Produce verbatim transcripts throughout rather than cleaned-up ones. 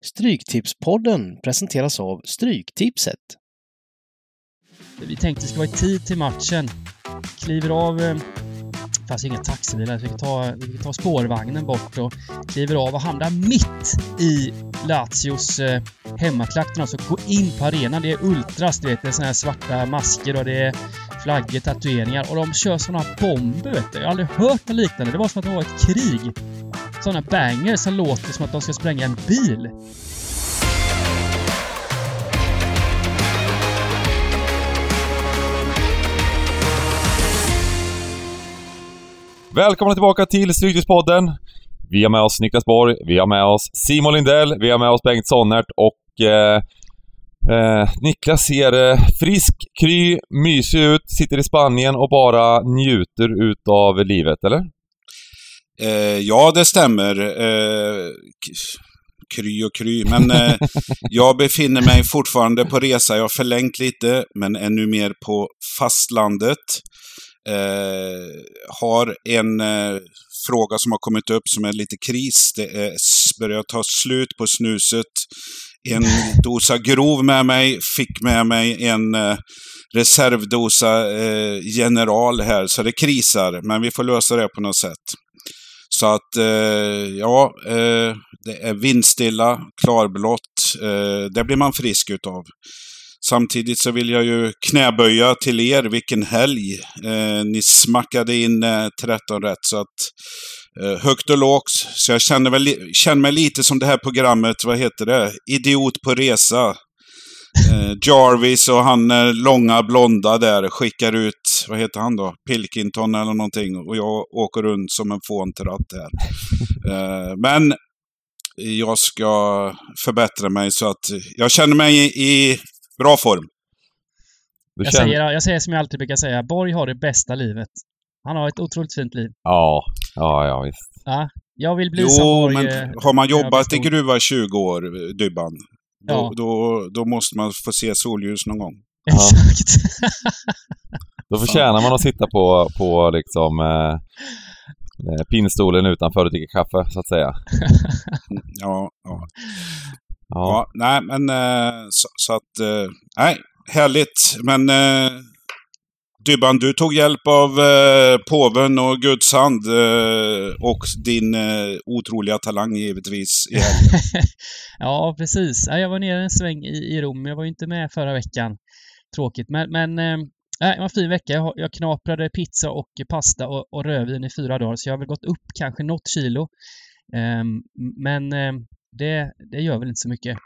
Stryktipspodden presenteras av Stryktipset. Vi tänkte det ska vara i tid till matchen. Kliver av, det fanns inga taxibilar, vi fick ta, vi fick ta spårvagnen bort och kliver av och hamnar mitt i Lazios eh, hemmaklakten. Alltså gå in på arenan, det är ultras, du vet, det är såna här svarta masker och det är flaggor, tatueringar och de kör såna bomber, vet du. Jag har aldrig hört något liknande, det var som att det var ett krig. Såna bangers som låter som att de ska spränga en bil. Välkomna tillbaka till Stryktipspodden. Vi har med oss Niklas Borg, vi har med oss Simon Lindell, vi har med oss Bengt Sonnert och eh, eh, Niklas ser eh, frisk, kry, mysig ut, sitter i Spanien och bara njuter utav livet, eller? Eh, ja, det stämmer. Eh, kry och kry, men eh, jag befinner mig fortfarande på resa. Jag har förlängt lite, men ännu mer på fastlandet. Eh, har en eh, fråga som har kommit upp som är lite kris. Det är, börjar ta slut på snuset. En dosa grov med mig, fick med mig en eh, reservdosa eh, general här, så det krisar, men vi får lösa det på något sätt. Så att, eh, ja, eh, det är vindstilla, klarblått, eh, det blir man frisk utav. Samtidigt så vill jag ju knäböja till er, vilken helg. Eh, ni smackade in eh, tretton rätt, så att eh, högt och lågt. Så jag känner, väl, känner mig lite som det här programmet, vad heter det? Idiot på resa. Eh, Jarvis och han eh, långa blonda där skickar ut, vad heter han då? Pilkington eller någonting. Och jag åker runt som en fåntratt här. Eh, men jag ska förbättra mig så att jag känner mig i, i bra form. Jag säger, jag säger som jag alltid brukar säga, Borg har det bästa livet. Han har ett otroligt fint liv. Ja, ja, ja visst. Ja, jag vill bli jo, som Borg. Men har man jobbat i gruva tjugo år, Dybban, då, ja. då, då måste man få se solljus någon gång. Exakt. Ja. Då förtjänar man att sitta på, på liksom eh, pinstolen utanför och dricka kaffe, så att säga. ja, ja. Ja. ja, nej, men så, så att, nej, härligt. Men Dybban, du tog hjälp av eh, påven och Guds hand eh, och din eh, otroliga talang givetvis i helgen. Ja, precis. Jag var nere en sväng i, i Rom. Jag var ju inte med förra veckan. Tråkigt. Men, men eh, det var en fin vecka. Jag, jag knaprade pizza och pasta och, och rödvin i fyra dagar. Så jag har väl gått upp kanske något kilo. Eh, men eh, det, det gör väl inte så mycket.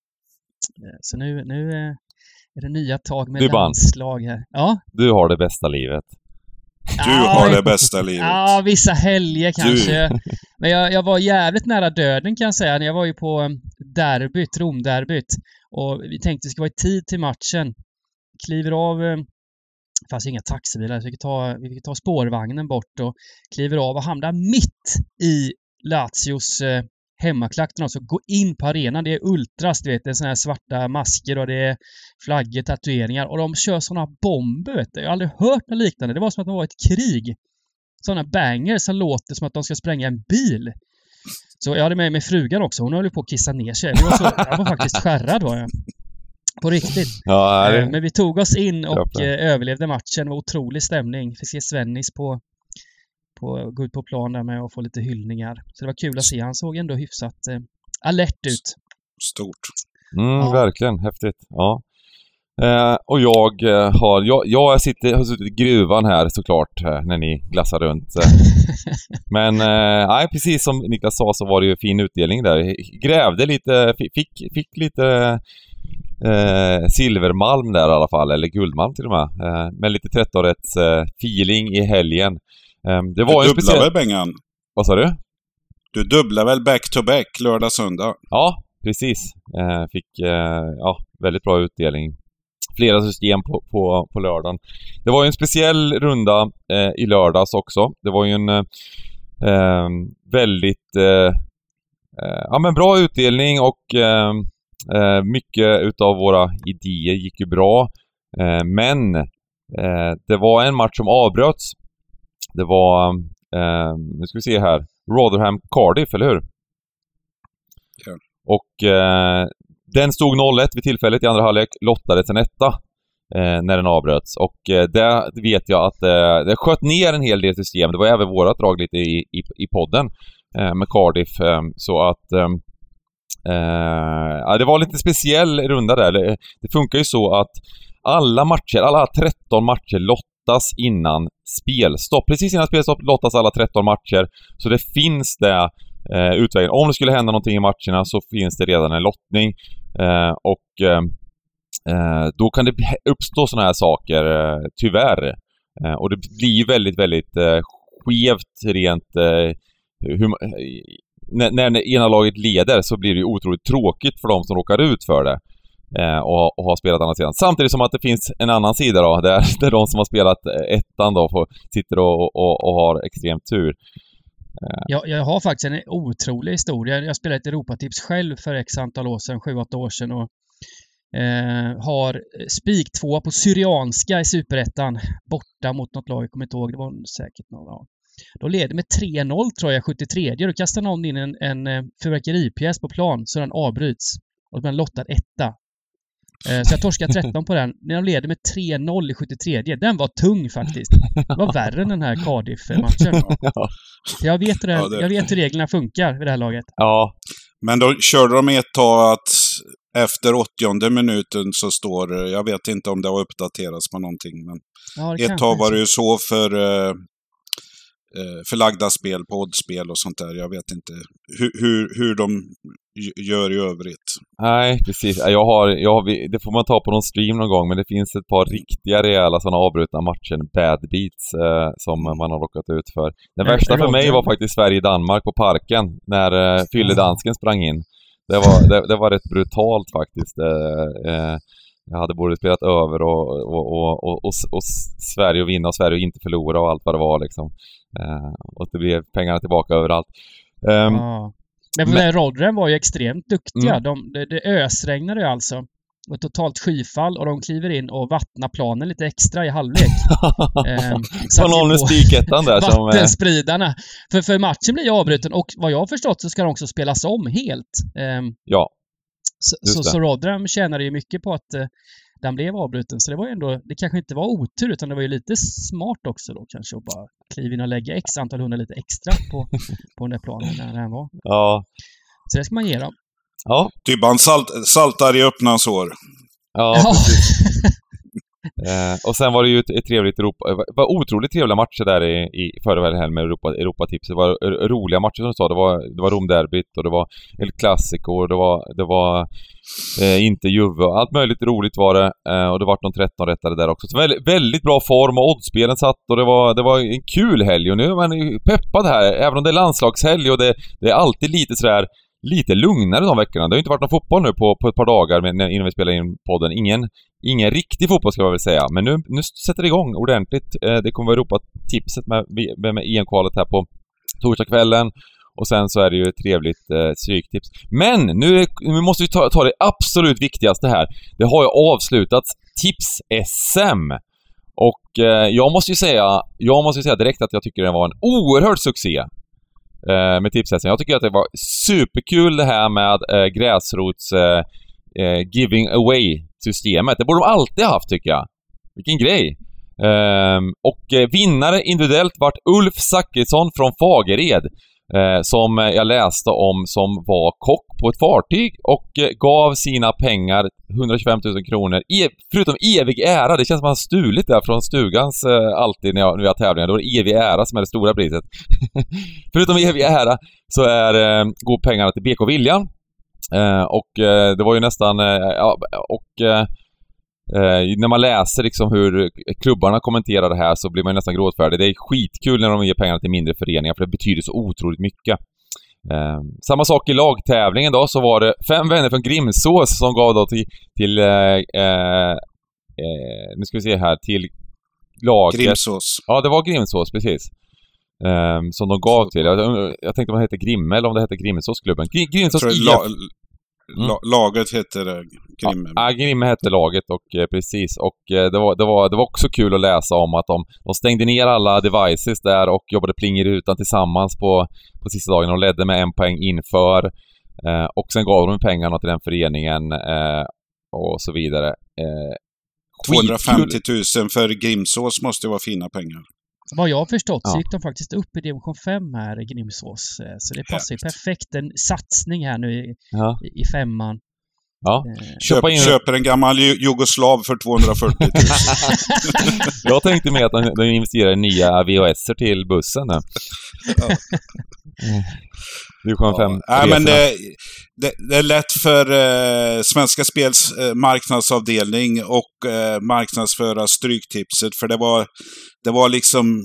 Så nu... nu eh, är det nya tag med landslag här? Ja. Du har det bästa livet. Du har det bästa livet. Ja, vissa helger kanske. Du. Men jag, jag var jävligt nära döden kan jag säga. Jag var ju på derbyt, Romderbyt. Och vi tänkte det ska vara i tid till matchen. Kliver av, det fanns inga taxibilar. Så vi fick ta, vi fick ta spårvagnen bort och kliver av och hamnar mitt i Lazios hemmaklakten. Alltså gå in på arenan, det är ultras, du vet, det är såna här svarta masker och det är flaggor, tatueringar och de kör såna bomber, vet du. Jag har aldrig hört något liknande, det var som att det var ett krig. Såna bangers som låter som att de ska spränga en bil. Så jag hade med mig frugan också, hon höll på att kissa ner sig. Jag var, så, jag var faktiskt skärrad var jag. På riktigt. Ja, det... Men vi tog oss in och överlevde matchen, det var otrolig stämning. Fick se Svennis på På, gå ut på plan där med och få lite hyllningar. Så det var kul att se. Han såg ändå hyfsat eh, alert ut. Stort. Mm, ja. Verkligen. Häftigt. Ja. Eh, och jag eh, har... Jag, jag sitter, har suttit i gruvan här såklart eh, när ni glassar runt. Eh. Men eh, nej, precis som Niklas sa så var det ju fin utdelning där. Grävde lite... Fick, fick lite... Eh, silvermalm där i alla fall. Eller guldmalm till och med. Eh, med lite tretton rätts eh, feeling i helgen. Um, det var du en speciell... väl, Bengan? Vad sa du? Du dubblar väl back-to-back lördag, söndag? Ja, precis. Uh, fick uh, ja, väldigt bra utdelning. Flera system på, på, på lördagen. Det var ju en speciell runda uh, i lördags också. Det var ju en uh, väldigt uh, uh, ja, men bra utdelning och uh, uh, mycket utav våra idéer gick ju bra. Uh, men uh, det var en match som avbröts. Det var, eh, nu ska vi se här, Rotherham Cardiff, eller hur? Ja. Och eh, den stod noll ett vid tillfället i andra halvlek, lottades en etta eh, när den avbröts. Och eh, det vet jag att eh, det sköt ner en hel del system. Det var även vårat drag lite i, i, i podden eh, med Cardiff. Eh, så att eh, eh, ja, det var lite speciell runda där. Det, det funkar ju så att alla matcher, alla tretton matcher lottas innan spelstopp. Precis innan spelstopp lottas alla tretton matcher. Så det finns det eh, utvägen. Om det skulle hända någonting i matcherna så finns det redan en lottning. Eh, och eh, då kan det uppstå såna här saker, eh, tyvärr. Eh, och det blir väldigt, väldigt eh, skevt rent... Eh, hur, när, när det ena laget leder så blir det otroligt tråkigt för de som råkar ut för det. Eh, och, och har spelat andra sidan. Samtidigt som att det finns en annan sida då, där, där de som har spelat ettan då får, sitter och, och, och har extremt tur. Eh. Jag, jag har faktiskt en otrolig historia. Jag spelade ett Europatips själv för x antal år sedan, sju åtta år sedan, och eh, har spik två på Syrianska i Superettan borta mot något lag, jag kommer inte ihåg, det var säkert någon, ja. Då leder med tre noll tror jag, sjuttiotre. Då kastar någon in en, en fyrverkeripjäs på plan så den avbryts. Och man lottar etta. Så jag torskade tretton på den. När de leder med tre noll i sjuttiotre. Den var tung faktiskt. Det var värre än den här Cardiff-matchen. Ja. Jag vet hur, det, ja, det... jag vet hur reglerna funkar vid det här laget. Ja. Men då körde de ett tag att efter åttionde minuten så står, jag vet inte om det har uppdaterats på någonting, men ja, ett tag var det ju så för uh, förlagda spel på oddspel och sånt där. Jag vet inte hur, hur, hur de gör i övrigt. Nej, precis. Jag har, jag har, det får man ta på någon stream någon gång, men det finns ett par riktiga rejäla sådana avbrutna matcher, bad beats, eh, som man har råkat ut för. Den mm, värsta för mig var faktiskt Sverige-Danmark på Parken, när eh, fylledansken sprang in. Det var, det, det var rätt brutalt faktiskt. Eh, eh, jag hade både spelat över och, och, och, och, och, och Sverige att vinna och Sverige att inte förlora och allt vad det var liksom. Eh, och det blev pengarna tillbaka överallt. Um, ah. Men, men Rotherham var ju extremt duktiga. Mm. De, det, det ösregnade ju alltså. Och totalt skyfall och de kliver in och vattnar planen lite extra i halvlek. ehm, På någon med spikettan där som... Vattenspridarna. För, för matchen blir ju avbruten och vad jag har förstått så ska de också spelas om helt. Ehm, ja. Så, så, så Rotherham tjänade ju mycket på att eh, den blev avbruten. Så det var ju ändå, det kanske inte var otur utan det var ju lite smart också då kanske att bara kliva in och lägga x antal hundra lite extra på, på den där planen när den var. Ja. Så det ska man ge dem. Ja. Typ han salt, saltar i öppna sår. Ja, ja. Precis. eh, och sen var det ju ett, ett trevligt Europa, det var otroligt trevliga matcher där i, i förra helgen med Europa, Europatips. Det var roliga matcher som du sa. Det var, det var Rom-derbyt och det var El Clasico och det var, det var eh, inte Juve. Allt möjligt roligt var det. Eh, och det var de tretton rättade där också. Så väldigt, väldigt bra form och oddspelen satt och det var, det var en kul helg. Och nu är man peppad här, även om det är landslagshelg och det, det är alltid lite sådär lite lugnare de veckorna. Det har ju inte varit någon fotboll nu på, på ett par dagar med, innan vi spelar in podden. Ingen, ingen riktig fotboll ska jag väl säga. Men nu, nu sätter det igång ordentligt. Eh, det kommer vara Europa-tipset med, med, med E M-kvalet här på torsdagskvällen. Och sen så är det ju ett trevligt eh, stryktips. Men nu, nu måste vi ta, ta det absolut viktigaste här. Det har ju avslutats Tips-S M. Och eh, jag måste ju säga jag måste ju säga direkt att jag tycker det var en oerhörd succé. Med tipshästen. Jag tycker att det var superkul det här med äh, gräsrots äh, äh, giving away-systemet. Det borde de alltid haft tycker jag. Vilken grej. Ehm, och äh, vinnare individuellt vart Ulf Zachrisson från Fagered. Äh, som jag läste om som var kock på ett fartyg och äh, gav sina pengar hundratjugofem tusen kronor e- förutom evig ära. Det känns som att han stulit där från stugans äh, alltid när jag, när jag tävlingar. Då är det evig ära som är det stora priset. Förutom evig ära så är äh, går pengarna till B K Viljan. Äh, och äh, det var ju nästan äh, ja, och äh, Eh, när man läser liksom hur klubbarna kommenterar det här så blir man nästan gråtfärdig. Det är skitkul när de ger pengarna till mindre föreningar för det betyder så otroligt mycket. Eh, samma sak i lagtävlingen då, så var det fem vänner från Grimsås som gav då till, till eh, eh, nu ska vi se här, till laget. Grimsås. Ja, det var Grimsås, precis. Eh, som de gav till. Jag, jag tänkte om det hette Grimme eller om det hette Grimsåsklubben. Grim, Grimsås I F. Mm. Laget heter Grimme. Ja, Grimme hette laget och eh, precis. Och eh, det, var, det, var, det var också kul att läsa om att de, de stängde ner alla devices där och jobbade pling i rutan tillsammans på, på sista dagen och ledde med en poäng inför. Eh, och sen gav de pengarna till den föreningen eh, och så vidare. Eh, tvåhundrafemtio tusen för Grimsås måste vara fina pengar. Vad jag har förstått så Ja. gick de faktiskt upp i division fem här i Grimsås. Så det passar ju perfekt. En satsning här nu i, ja. i femman. Ja. Eh, Köp, in... Köper en gammal jugoslav för tvåhundrafyrtio tusen. Jag tänkte med att de, de investerar i nya V H S-er till bussen nu. Ja. division fem. Ja. Nej, men det, det, det är lätt för eh, Svenska Spels eh, marknadsavdelning och eh, marknadsföra Stryktipset, för det var, det var liksom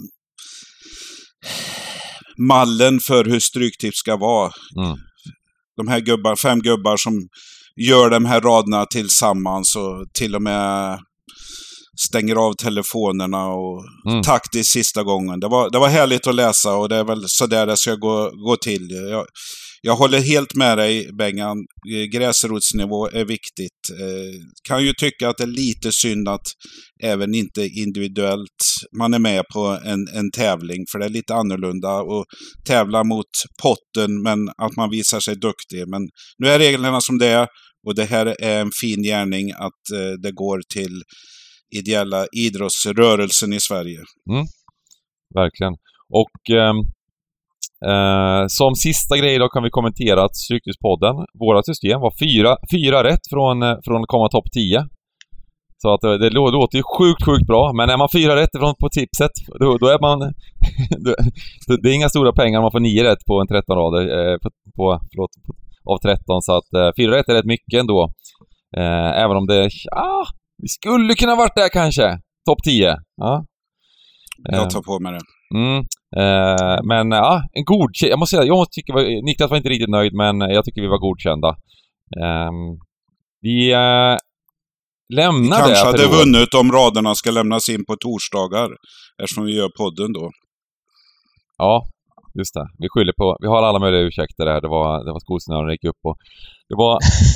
mallen för hur Stryktips ska vara. Mm. De här gubbar, fem gubbar som gör de här raderna tillsammans och till och med stänger av telefonerna och Mm. taktiskt sista gången. Det var, det var härligt att läsa och det är väl så där det ska gå, gå till. Jag, jag håller helt med dig, Bengan. Gräsrotsnivå är viktigt. Eh, kan ju tycka att det är lite synd att även inte individuellt man är med på en, en tävling, för det är lite annorlunda att tävla mot potten men att man visar sig duktig. Men nu är reglerna som det är och det här är en fin gärning att eh, det går till ideella idrottsrörelsen i Sverige. Mm. Verkligen. Och ehm, eh, som sista grej då kan vi kommentera att Stryktipspodden, våra system var fyra, fyra rätt från, från att komma topp tio. Så att det, det låter ju sjukt, sjukt bra. Men är man fyra rätt från på tipset, då, då är man... då, det är inga stora pengar om man får nio rätt på en tretton rader. Eh, på, på, förlåt, på, av tretton. Så att eh, fyra rätt är rätt mycket ändå. Eh, även om det... Ah, vi skulle kunna varit där kanske. Topp tio. Ja. Jag tar på mig det. Mm. Eh, men ja, en god... Jag måste säga, jag måste tycka... Niklas var inte riktigt nöjd, men jag tycker vi var godkända. Eh, vi... Eh, Lämna vi kanske det hade år. vunnit om raderna ska lämnas in på torsdagar, eftersom vi gör podden då. Ja, just det. Vi skyller på... Vi har alla möjliga ursäkter där. Det var, det var skosnören som gick upp och... Det var...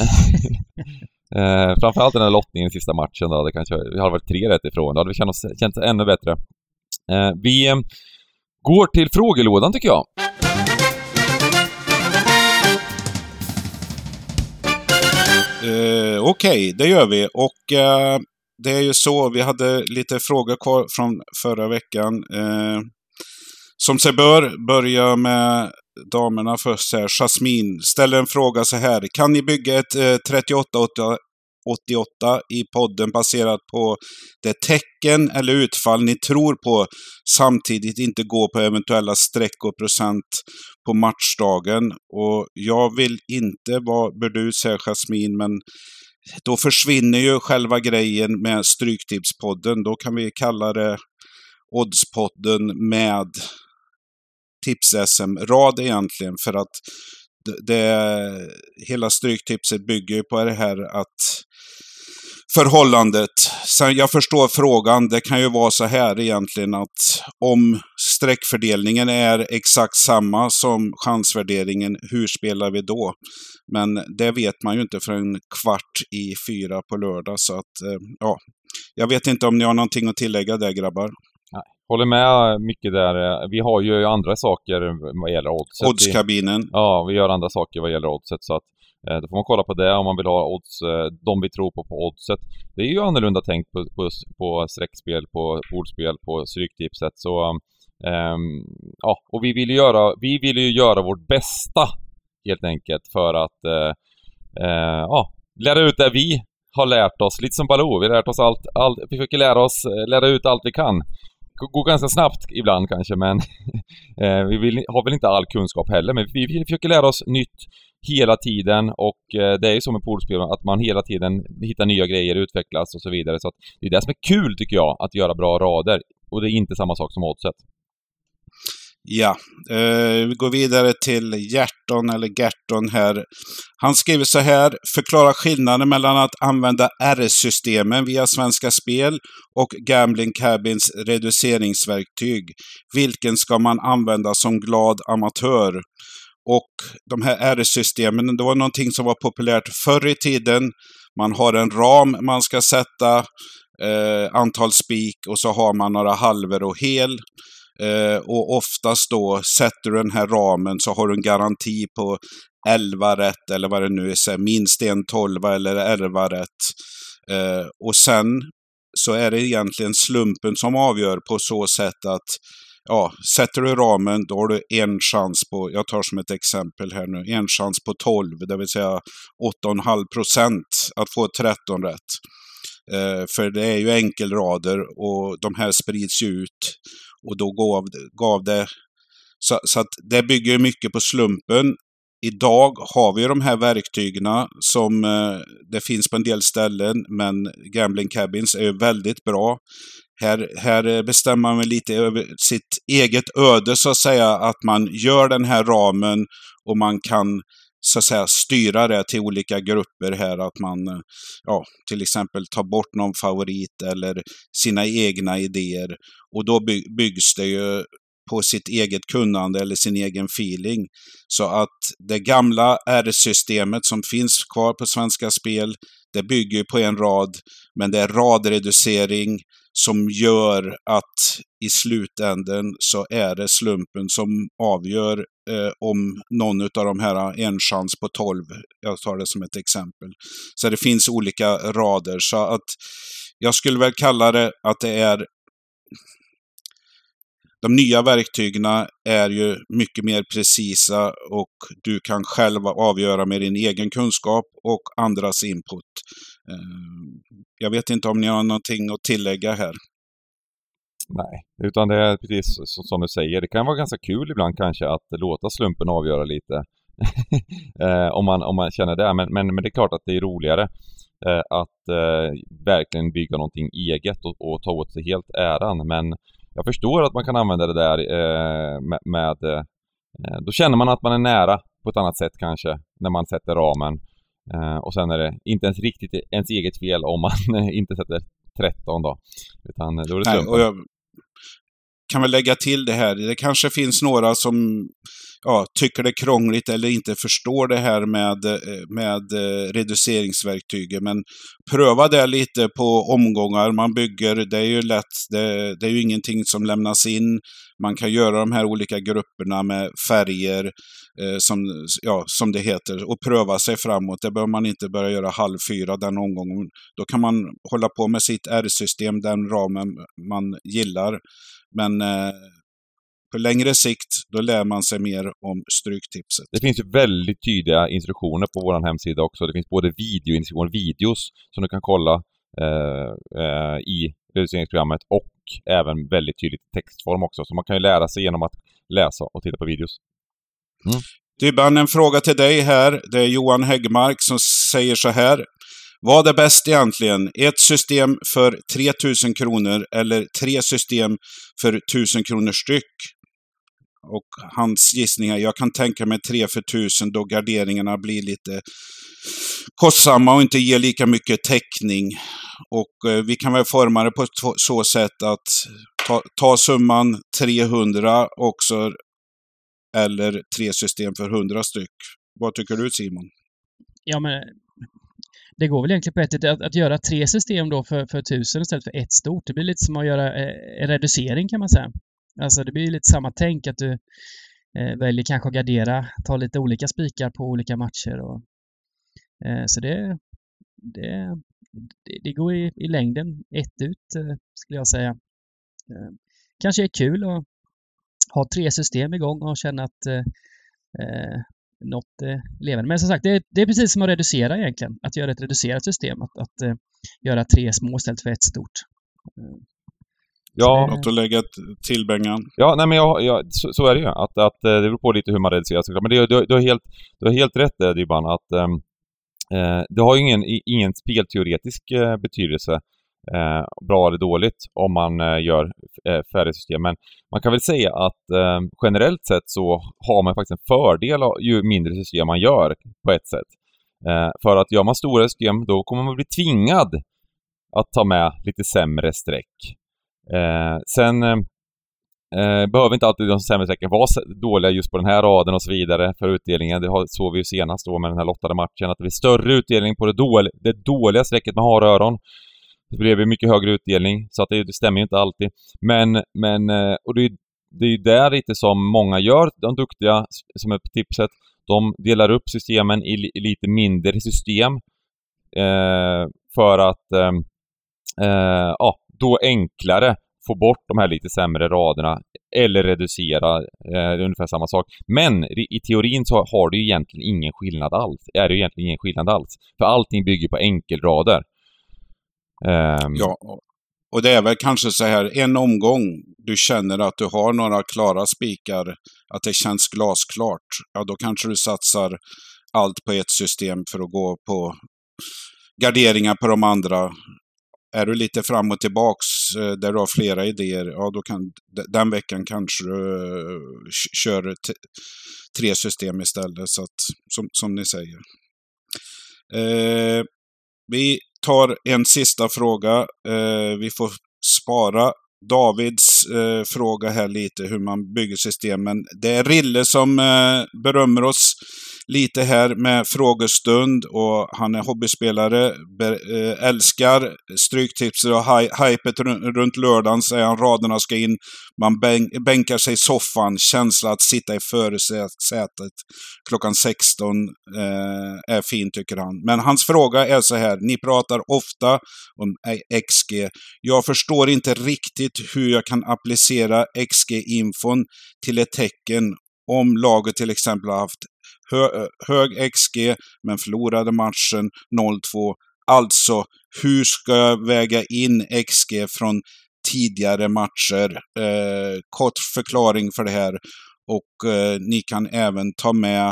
eh, framförallt den här lottningen i sista matchen då. Det kanske vi hade varit tre rätt ifrån. Då hade vi känt oss, känt oss ännu bättre. Eh, vi eh, går till frågelådan tycker jag. Eh, Okej, okay, det gör vi. Och eh, det är ju så, vi hade lite frågor kvar från förra veckan. Eh, som sig bör, börja med damerna först här. Jasmin ställer en fråga så här. Kan ni bygga ett eh, trettioåtta åttioåtta i podden baserat på det tecken eller utfall ni tror på, samtidigt inte gå på eventuella streck och procent på matchdagen? Och jag vill inte vara burdus här, Jasmin, men då försvinner ju själva grejen med Stryktipspodden. Då kan vi kalla det Oddspodden med tips-S M-rad egentligen, för att det, det, hela Stryktipset bygger ju på det här att förhållandet. Sen jag förstår frågan, det kan ju vara så här egentligen att om streckfördelningen är exakt samma som chansvärderingen, hur spelar vi då? Men det vet man ju inte för en kvart i fyra på lördag, så att ja, jag vet inte om ni har någonting att tillägga där, grabbar. Håller med mycket där. Vi har ju andra saker vad gäller oddset. Oddskabinen. Ja, vi gör andra saker vad gäller oddset, så att eh, då får man kolla på det om man vill ha odds, eh, de vi tror på på oddset. Det är ju annorlunda tänkt på, på, på sträckspel, på poolspel, på stryktipset. Så eh, ja, och vi vill ju göra, vi vill ju göra vårt bästa helt enkelt för att eh, eh, ja, lära ut det vi har lärt oss. Lite som Baloo, vi har lärt oss allt, allt vi försöker lära oss, lära ut allt vi kan. Går ganska snabbt ibland kanske, men eh, vi vill, har väl inte all kunskap heller, men vi, vi försöker lära oss nytt hela tiden, och eh, det är ju som med poolspel att man hela tiden hittar nya grejer, utvecklas och så vidare, så att det är det som är kul tycker jag, att göra bra rader, och det är inte samma sak som oddset. Ja, eh, vi går vidare till Gerton eller Gerton här. Han skriver så här: förklara skillnaden mellan att använda R S-systemen via Svenska Spel och Gambling Cabins reduceringsverktyg. Vilken ska man använda som glad amatör? Och de här R S-systemen, det var någonting som var populärt förr i tiden. Man har en ram man ska sätta, eh, antal spik, och så har man några halver och hel. Eh, och oftast då sätter du den här ramen så har du en garanti på elva rätt eller vad det nu är, så minst en tolva eller elva rätt. Eh, och sen så är det egentligen slumpen som avgör på så sätt att ja, sätter du ramen då har du en chans på, jag tar som ett exempel här nu, en chans på tolv, det vill säga åtta komma fem procent att få tretton rätt. Eh, för det är ju enkelrader och de här sprids ju ut och då gav, gav det, så, så att det bygger mycket på slumpen. Idag har vi de här verktygen som eh, det finns på en del ställen, men Gambling Cabins är väldigt bra. Här, här bestämmer man lite över sitt eget öde så att säga, att man gör den här ramen och man kan så att säga styra det till olika grupper här, att man ja, till exempel tar bort någon favorit eller sina egna idéer, och då by- byggs det ju på sitt eget kunnande eller sin egen feeling. Så att det gamla R-systemet som finns kvar på Svenska Spel, det bygger på en rad, men det är radreducering som gör att i slutänden så är det slumpen som avgör eh, om någon av de här har en chans på tolv. Jag tar det som ett exempel. Så det finns olika rader, så att jag skulle väl kalla det att det är de nya verktygen är ju mycket mer precisa och du kan själv avgöra med din egen kunskap och andras input. Jag vet inte om ni har någonting att tillägga här. Nej, utan det är precis som du säger. Det kan vara ganska kul ibland kanske att låta slumpen avgöra lite. om, man, om man känner det. Men, men, men det är klart att det är roligare eh, att eh, verkligen bygga någonting eget och, och ta åt sig helt äran. Men jag förstår att man kan använda det där eh, med... med eh, då känner man att man är nära på ett annat sätt kanske när man sätter ramen. Eh, och sen är det inte ens riktigt ens eget fel om man inte sätter tretton då. Utan då är det slumpen. Nej, och jag kan väl lägga till det här. Det kanske finns några som ja, tycker det är krångligt eller inte förstår det här med, med reduceringsverktygen. Men pröva det lite på omgångar. Man bygger, det är ju lätt, det, det är ju ingenting som lämnas in. Man kan göra de här olika grupperna med färger eh, som, ja, som det heter och pröva sig framåt. Det behöver man inte börja göra halv fyra den omgången. Då kan man hålla på med sitt R-system, den ramen man gillar. Men eh, på längre sikt, då lär man sig mer om stryktipset. Det finns ju väldigt tydliga instruktioner på vår hemsida också. Det finns både videoinstruktioner, videos som du kan kolla eh, eh, i reduceringsprogrammet och även väldigt tydligt textform också. Så man kan ju lära sig genom att läsa och titta på videos. Mm. Dybban, en fråga till dig här. Det är Johan Häggmark som säger så här. Vad är bäst egentligen? Ett system för tre tusen kronor eller tre system för tusen kronor styck? Och hans gissningar, jag kan tänka mig tre för tusen då garderingarna blir lite kostsamma och inte ger lika mycket täckning. Och eh, vi kan väl forma det på t- så sätt att ta, ta summan trehundra också eller tre system för hundra styck. Vad tycker du, Simon? Ja, men det går väl egentligen på ett sätt att, att göra tre system då för, för tusen istället för ett stort. Det blir lite som att göra eh, en reducering kan man säga. Alltså det blir lite samma tänk att du eh, väljer kanske att gardera, ta lite olika spikar på olika matcher. Och, eh, så det, det, det, det går i, i längden ett ut eh, skulle jag säga. Eh, kanske är kul att ha tre system igång och känna att eh, eh, något eh, levande. Men som sagt, det, det är precis som att reducera egentligen. Att göra ett reducerat system. Att, att eh, göra tre små istället för ett stort. Eh, Ja. Något att lägga till, Bengan? Ja, nej men jag, jag, så, så är det ju. Att, att, det beror på lite hur man reducerar såklart. Men det, du, du, har helt, du har helt rätt, Dybban, att eh, det har ju ingen, ingen spelteoretisk eh, betydelse, eh, bra eller dåligt, om man eh, gör eh, färre system. Men man kan väl säga att eh, generellt sett så har man faktiskt en fördel av, ju mindre system man gör på ett sätt. Eh, för att gör man stora system, då kommer man bli tvingad att ta med lite sämre streck. Eh, sen eh, behöver inte alltid de sämre strecken vara dåliga just på den här raden och så vidare för utdelningen. Det har, såg vi ju senast då med den här lottade matchen, att det blir större utdelning på det, dål, det dåliga strecket med haröron. Det blev ju mycket högre utdelning, så att det, det stämmer ju inte alltid. Men, men och det, det är ju där lite som många gör, de duktiga som är på tipset. De delar upp systemen i, i lite mindre system eh, för att eh, eh, ja, då enklare få bort de här lite sämre raderna eller reducera, eh, ungefär samma sak. Men i teorin så har det ju egentligen ingen skillnad alls. Är det ju egentligen ingen skillnad alls. För allting bygger på enkelrader. Eh, ja, och det är väl kanske så här, en omgång du känner att du har några klara spikar, att det känns glasklart. Ja, då kanske du satsar allt på ett system för att gå på garderingar på de andra. Är du lite fram och tillbaks där du har flera idéer, ja då kan den veckan kanske du uh, kör t- tre system istället, så att, som, som ni säger. Uh, vi tar en sista fråga. Uh, vi får spara Davids uh, fråga här lite, hur man bygger systemen. Det är Rille som uh, berömmer oss lite här med frågestund, och han är hobbyspelare, ber, äh, älskar stryktipset och hy- hypet runt, runt lördagen, säger han. Raderna ska in, man bänk, bänkar sig i soffan, känsla att sitta i förarsätet klockan sexton äh, är fin, tycker han. Men hans fråga är så här: ni pratar ofta om X G. Jag förstår inte riktigt hur jag kan applicera X G-infon till ett tecken om laget till exempel har haft Hö- hög X G men förlorade matchen noll två. Alltså, hur ska jag väga in X G från tidigare matcher? Eh, kort förklaring för det här. Och eh, ni kan även ta med,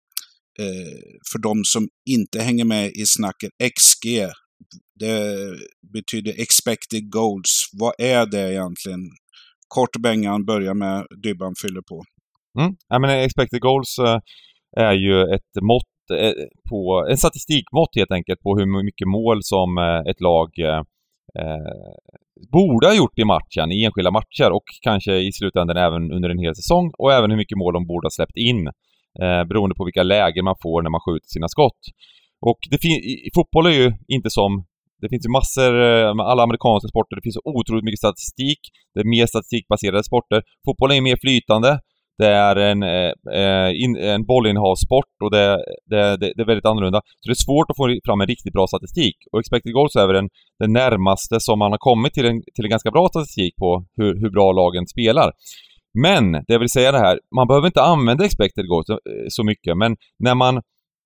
eh, för de som inte hänger med i snacket, X G. Det betyder expected goals. Vad är det egentligen? Kort Bengan börjar med, Dybban fyller på. Mm. Ja, men expected goals uh... är ju ett mått på, en statistikmått helt enkelt på hur mycket mål som ett lag eh, borde ha gjort i matchen, i enskilda matcher, och kanske i slutändan även under en hel säsong, och även hur mycket mål de borde ha släppt in eh, beroende på vilka lägen man får när man skjuter sina skott. Och det fin- i fotboll är ju inte som, det finns ju massor med alla amerikanska sporter, det finns så otroligt mycket statistik, det är mer statistikbaserade sporter. Fotboll är mer flytande. Det är en, eh, in, en bollinnehavssport, och det, det, det, det är väldigt annorlunda. Så det är svårt att få fram en riktigt bra statistik. Och expected goals är den, den närmaste som man har kommit till en, till en ganska bra statistik på hur, hur bra lagen spelar. Men, det jag vill säga det här, man behöver inte använda expected goals så mycket. Men när man,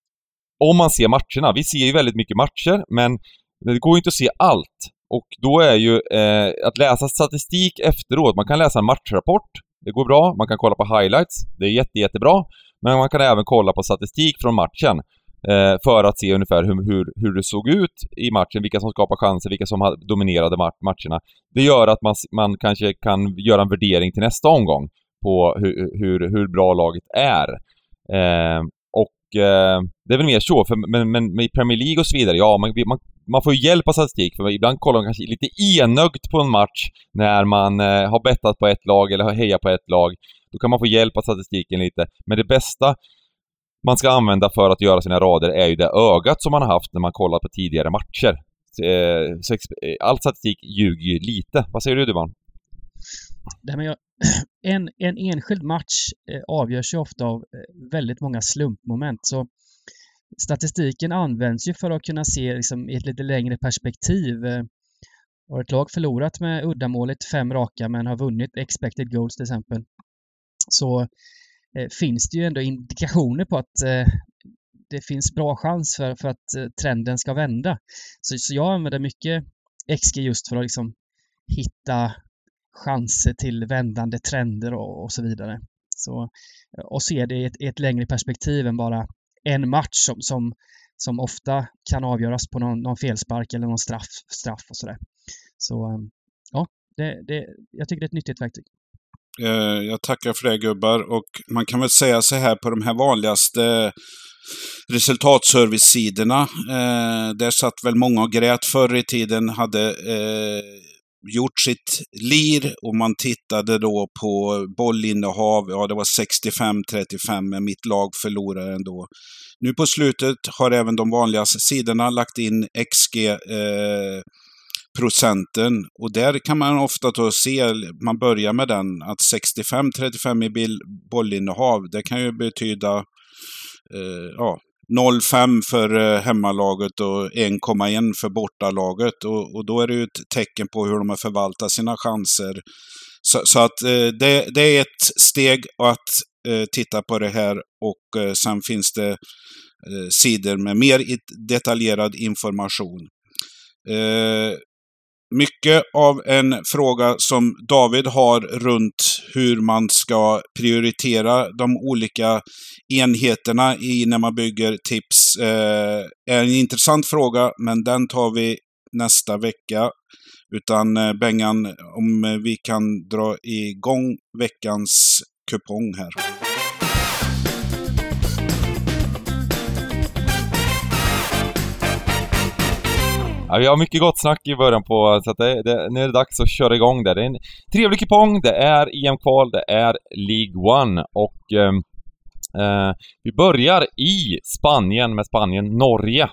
om man ser matcherna, vi ser ju väldigt mycket matcher, men det går ju inte att se allt. Och då är ju eh, att läsa statistik efteråt, man kan läsa en matchrapport. Det går bra, man kan kolla på highlights, det är jätte, jättebra. Men man kan även kolla på statistik från matchen eh, för att se ungefär hur, hur, hur det såg ut i matchen, vilka som skapar chanser, vilka som dominerade matcherna. Det gör att man, man kanske kan göra en värdering till nästa omgång på hur, hur, hur bra laget är. Eh, och eh, det är väl mer så, för, men, men med Premier League och så vidare, ja, man, man Man får ju hjälp av statistik, för ibland kollar man kanske lite enögt på en match när man eh, har bettat på ett lag eller har hejat på ett lag. Då kan man få hjälp av statistiken lite. Men det bästa man ska använda för att göra sina rader är ju det ögat som man har haft när man kollar på tidigare matcher. Eh, så all statistik ljuger ju lite. Vad säger du, Dybban? Det med en, en enskild match eh, avgörs ju ofta av eh, väldigt många slumpmoment. Så statistiken används ju för att kunna se liksom, i ett lite längre perspektiv. Har ett lag förlorat med uddamålet fem raka men har vunnit expected goals till exempel, så eh, finns det ju ändå indikationer på att eh, det finns bra chans för, för att eh, trenden ska vända. Så, så jag använder mycket X G just för att liksom, hitta chanser till vändande trender och, och så vidare. Så, och se det i ett, i ett längre perspektiv än bara en match som, som, som ofta kan avgöras på någon, någon felspark eller någon straff, straff och sådär. Så ja, det, det, jag tycker det är ett nyttigt verktyg. Jag tackar för det, gubbar. Och man kan väl säga så här, på de här vanligaste resultatservice-sidorna, eh, där satt väl många och grät förr i tiden, hade eh, gjort sitt lir, och man tittade då på bollinnehav. Ja, det var sextiofem trettiofem, men mitt lag förlorade ändå. Nu på slutet har även de vanliga sidorna lagt in X G eh, procenten. Och där kan man ofta då se, man börjar med den, att sextiofem trettiofem i bollinnehav, det kan ju betyda eh, ja, noll komma fem för eh, hemmalaget och en komma ett för bortalaget. Och, och då är det ju ett tecken på hur de har förvaltat sina chanser. Så, så att eh, det, det är ett steg att eh, titta på det här, och eh, sen finns det eh, sidor med mer detaljerad information. Eh, mycket av en fråga som David har runt hur man ska prioritera de olika enheterna i när man bygger tips eh, är en intressant fråga, men den tar vi nästa vecka. Utan eh, Bengan, om vi kan dra igång veckans kupong här. Ja, vi har mycket gott snack i början på, så att det, det, nu är det dags att köra igång där. Det är en trevlig kupong, det är E M-kval, det är League One, och eh, eh, vi börjar i Spanien med Spanien-Norge.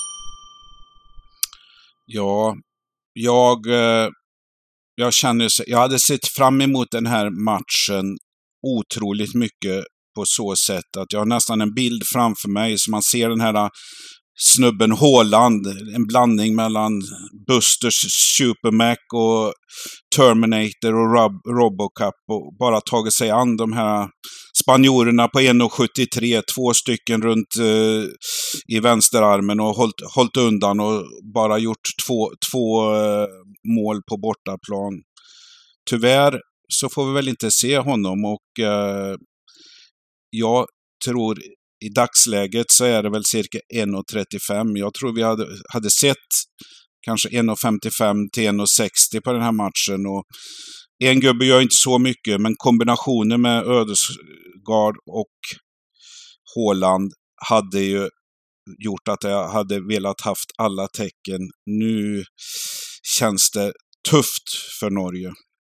Ja, jag, eh, jag känner, jag hade sett fram emot den här matchen otroligt mycket på så sätt att jag har nästan en bild framför mig så man ser den här snubben Haaland, en blandning mellan Busters Supermac och Terminator och Rob- Robocop, och bara tagit sig an de här spanjorerna på en komma sjuttiotre, två stycken runt eh, i vänsterarmen och hållit, hållit undan och bara gjort två, två eh, mål på bortaplan. Tyvärr så får vi väl inte se honom, och eh, jag tror i dagsläget så är det väl cirka en komma trettiofem. Jag tror vi hade, hade sett kanske en komma femtiofem till en komma sextio på den här matchen. Och en gubbe gör inte så mycket, men kombinationen med Ødegaard och Haaland hade ju gjort att jag hade velat haft alla tecken. Nu känns det tufft för Norge.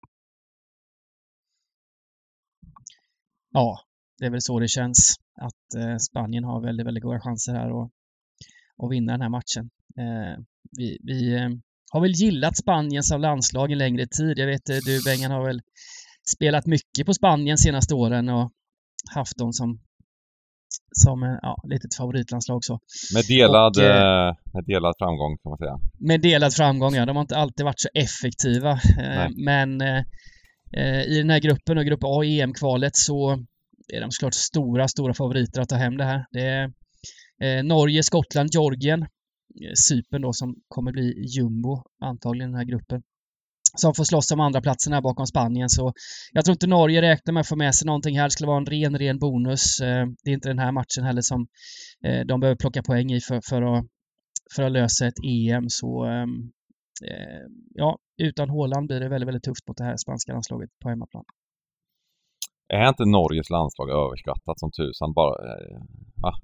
Ja, det är väl så det känns. Att eh, Spanien har väldigt, väldigt goda chanser här att, att vinna den här matchen. Eh, vi vi eh, har väl gillat Spanien som landslag en längre tid. Jag vet, du Bengan har väl spelat mycket på Spanien senaste åren och haft dem som, som ja, litet favoritlandslag. Så. Med delad, och, eh, med delad framgång kan man säga. Med delad framgång, ja. De har inte alltid varit så effektiva. Eh, men eh, i den här gruppen och grupp A i E M-kvalet så är de såklart stora, stora favoriter att ta hem det här. Det är eh, Norge, Skottland, Georgien, eh, Cypern då som kommer bli jumbo antagligen i den här gruppen. Som får slåss om andra platsen här bakom Spanien. Så jag tror inte Norge räknar med att få med sig någonting här. Det skulle vara en ren, ren bonus. Eh, det är inte den här matchen heller som eh, de behöver plocka poäng i för, för, att, för att lösa ett E M. Så eh, ja, utan Haaland blir det väldigt, väldigt tufft mot det här spanska landslaget på hemmaplan. Är inte Norges landslag överskattat som tusan? Bara, eh, va?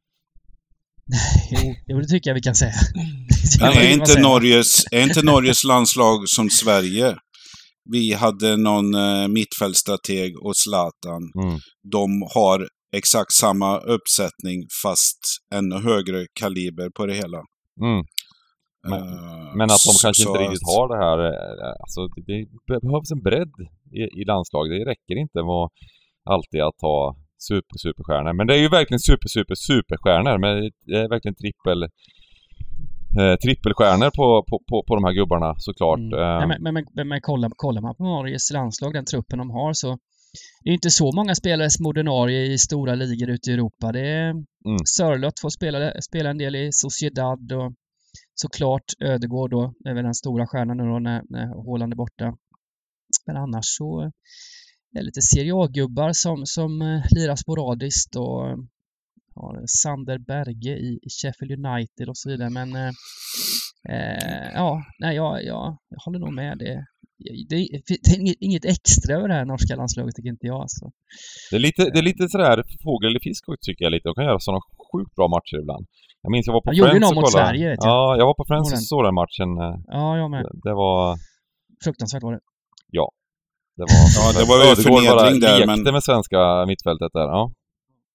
Jo, det tycker jag vi kan säga. Men är, inte Norges, är inte Norges landslag som Sverige? Vi hade någon eh, mittfältstrateg och Zlatan. Mm. De har exakt samma uppsättning fast ännu högre kaliber på det hela. Mm. Men, uh, men att de kanske inte riktigt att... har det här, alltså det, det behövs en bredd i, i landslag. Det räcker inte med alltid att ha super, superstjärnor. Men det är ju verkligen super, super, superstjärnor. Men det är verkligen trippel eh, trippelstjärnor på, på, på, på de här gubbarna såklart. Mm. Uh, men men, men, men kolla, kollar man på Norges landslag, den truppen de har, så det är inte så många spelare som ordinarie i stora ligor ute i Europa. Det är mm. Sörlott får spela, spela en del i Sociedad och såklart Ødegaard då, även den stora stjärnan nu då när, när Haaland är borta. Men annars så är det lite Serie A-gubbar som, som uh, lirar sporadiskt och uh, har Sander Berge i, i Sheffield United och så vidare. Men uh, uh, ja, nej, jag, jag, jag håller nog med. Det, det, det är inget, inget extra över det här norska landslaget, tycker inte jag. Alltså. Det är lite, det är lite sådär fågel eller fisk tycker jag lite. De kan göra sådana sjukt bra matcher ibland. Jag minns jag var på jag Friends och kollade. Sverige, vet jag. Ja, jag var på Friends och såg den matchen. Ja, jag med. Det, det var... fruktansvärt var det. Ja. Det var, ja, det var ju förnedring där. Men... med svenska mittfältet där, ja.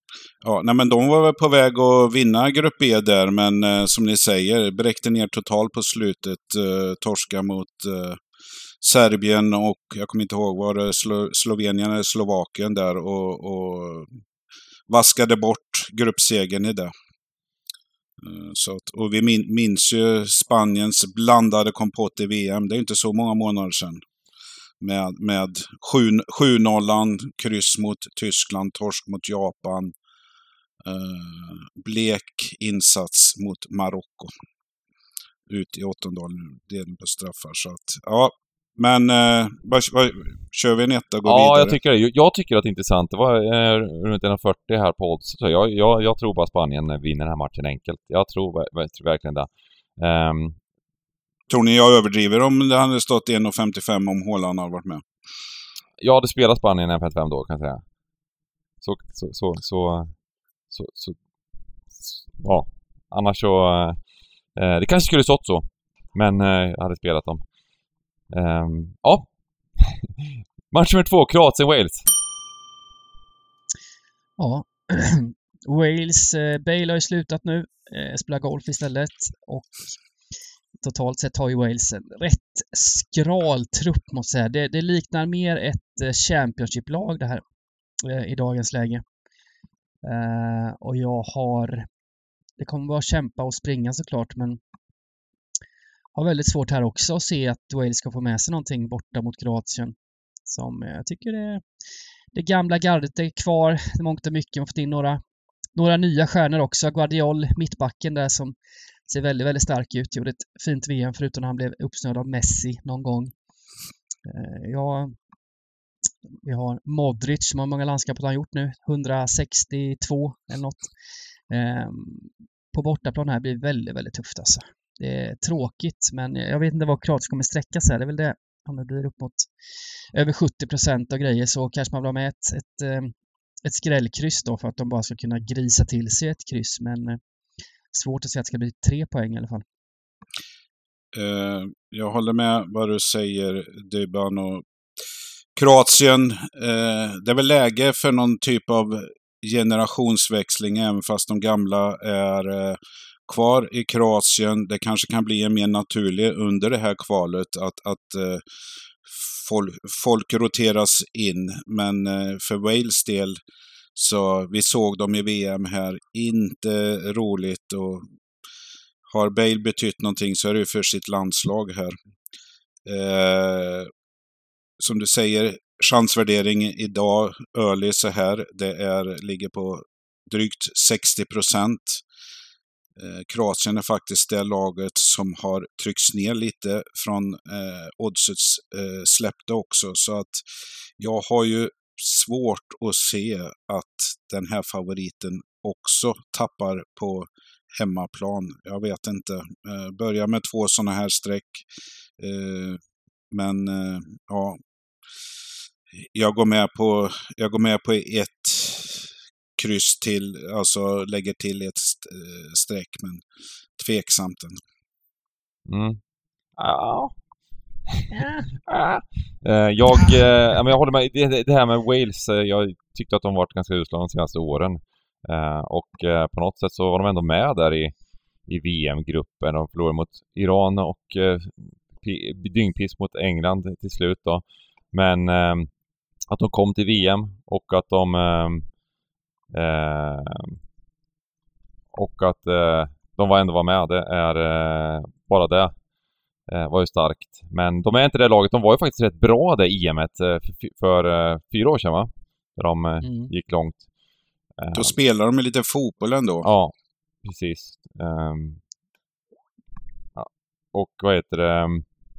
Ja, nej, men de var väl på väg att vinna Grupp E där, men eh, som ni säger, bräckte ner totalt på slutet. Eh, torska mot eh, Serbien och jag kommer inte ihåg, var det Slo- Slovenien eller Slovakien där och, och vaskade bort gruppsegern i det. Eh, så att, och vi min, minns ju Spaniens blandade kompott i V M, det är inte så många månader sedan. Med, med sju noll, kryss mot Tyskland, torsk mot Japan. Uh, blek insats mot Marocko ut i åttondelen på straffar. Så att, ja, men uh, bara, bara, kör vi en etta och går ja, vidare? Ja, jag tycker det. Jag tycker att det är intressant. Det var eh, runt en fyrtio här på odds. Så jag, jag, jag tror bara Spanien vinner den här matchen enkelt. Jag tror, jag tror verkligen det. Um, tror ni jag överdriver om det hade stått en femtiofem om Haaland har varit med? Jag hade spelat Spanien en femtiofem då, kan jag säga. Så, så, så, så Så, så, så, ja, annars så eh, det kanske skulle stått så, men eh, jag hade spelat dem. Um, ja. Match nummer två, Kroatien-Wales. Ja, Wales, eh, Bale har ju slutat nu, eh, spelar golf istället och totalt sett har ju Wales en rätt skral trupp måste jag säga. Det, det liknar mer ett eh, Championship-lag det här eh, i dagens läge. Uh, och jag har det kommer vara kämpa och springa såklart, men har väldigt svårt här också att se att Wales ska få med sig någonting borta mot Kroatien som uh, jag tycker det, det gamla gardet är kvar, det är mångt och mycket, man har fått in några, några nya stjärnor också. Guardiol, mittbacken där som ser väldigt, väldigt stark ut, gjorde ett fint V M förutom när han blev uppsnödd av Messi någon gång. uh, jag Vi har Modric som har många landskap han gjort nu. hundrasextiotvå eller något. Ehm, på bortaplan här blir väldigt, väldigt tufft alltså. Det är tråkigt, men jag vet inte vad Kroatien kommer sträcka sig. Det är väl det. Om det blir upp mot över sjuttio procent av grejer så kanske man vill ha med ett, ett, ett skrällkryss då för att de bara ska kunna grisa till sig ett kryss. Men svårt att säga att det ska bli tre poäng i alla fall. Uh, jag håller med vad du säger, Dybban, och Kroatien, eh, det är väl läge för någon typ av generationsväxling även fast de gamla är eh, kvar i Kroatien. Det kanske kan bli en mer naturlig under det här kvalet att, att eh, folk, folk roteras in. Men eh, för Wales del så vi såg dem i V M här, inte roligt, och har Bale betytt någonting så är det för sitt landslag här. Eh, Som du säger, chansvärdering idag, early så här, det är, ligger på drygt sextio procent. Eh, Kroatien är faktiskt det laget som har tryckts ner lite från eh, oddsets eh, släppte också. Så att jag har ju svårt att se att den här favoriten också tappar på hemmaplan. Jag vet inte. Eh, börja med två sådana här streck. Eh, men eh, ja, jag går med på jag går med på ett kryss till, alltså lägger till ett streck, men tveksamt ändå. Mm. Ja. Ja. Jag, jag, jag håller med, det, det här med Wales, jag tyckte att de varit ganska usla de senaste åren. Och på något sätt så var de ändå med där i, i V M-gruppen. De förlorade mot Iran och dyngpiss mot England till slut då. Men eh, att de kom till V M och att de eh, och att eh, de var ändå var med, det är eh, bara det eh, var ju starkt. Men de är inte det laget, de var ju faktiskt rätt bra det I M-et för, för eh, fyra år sedan, va? Där de eh, mm. gick långt. Eh, Då spelar de med lite fotboll ändå. Ja, precis. Um, ja. Och vad heter det?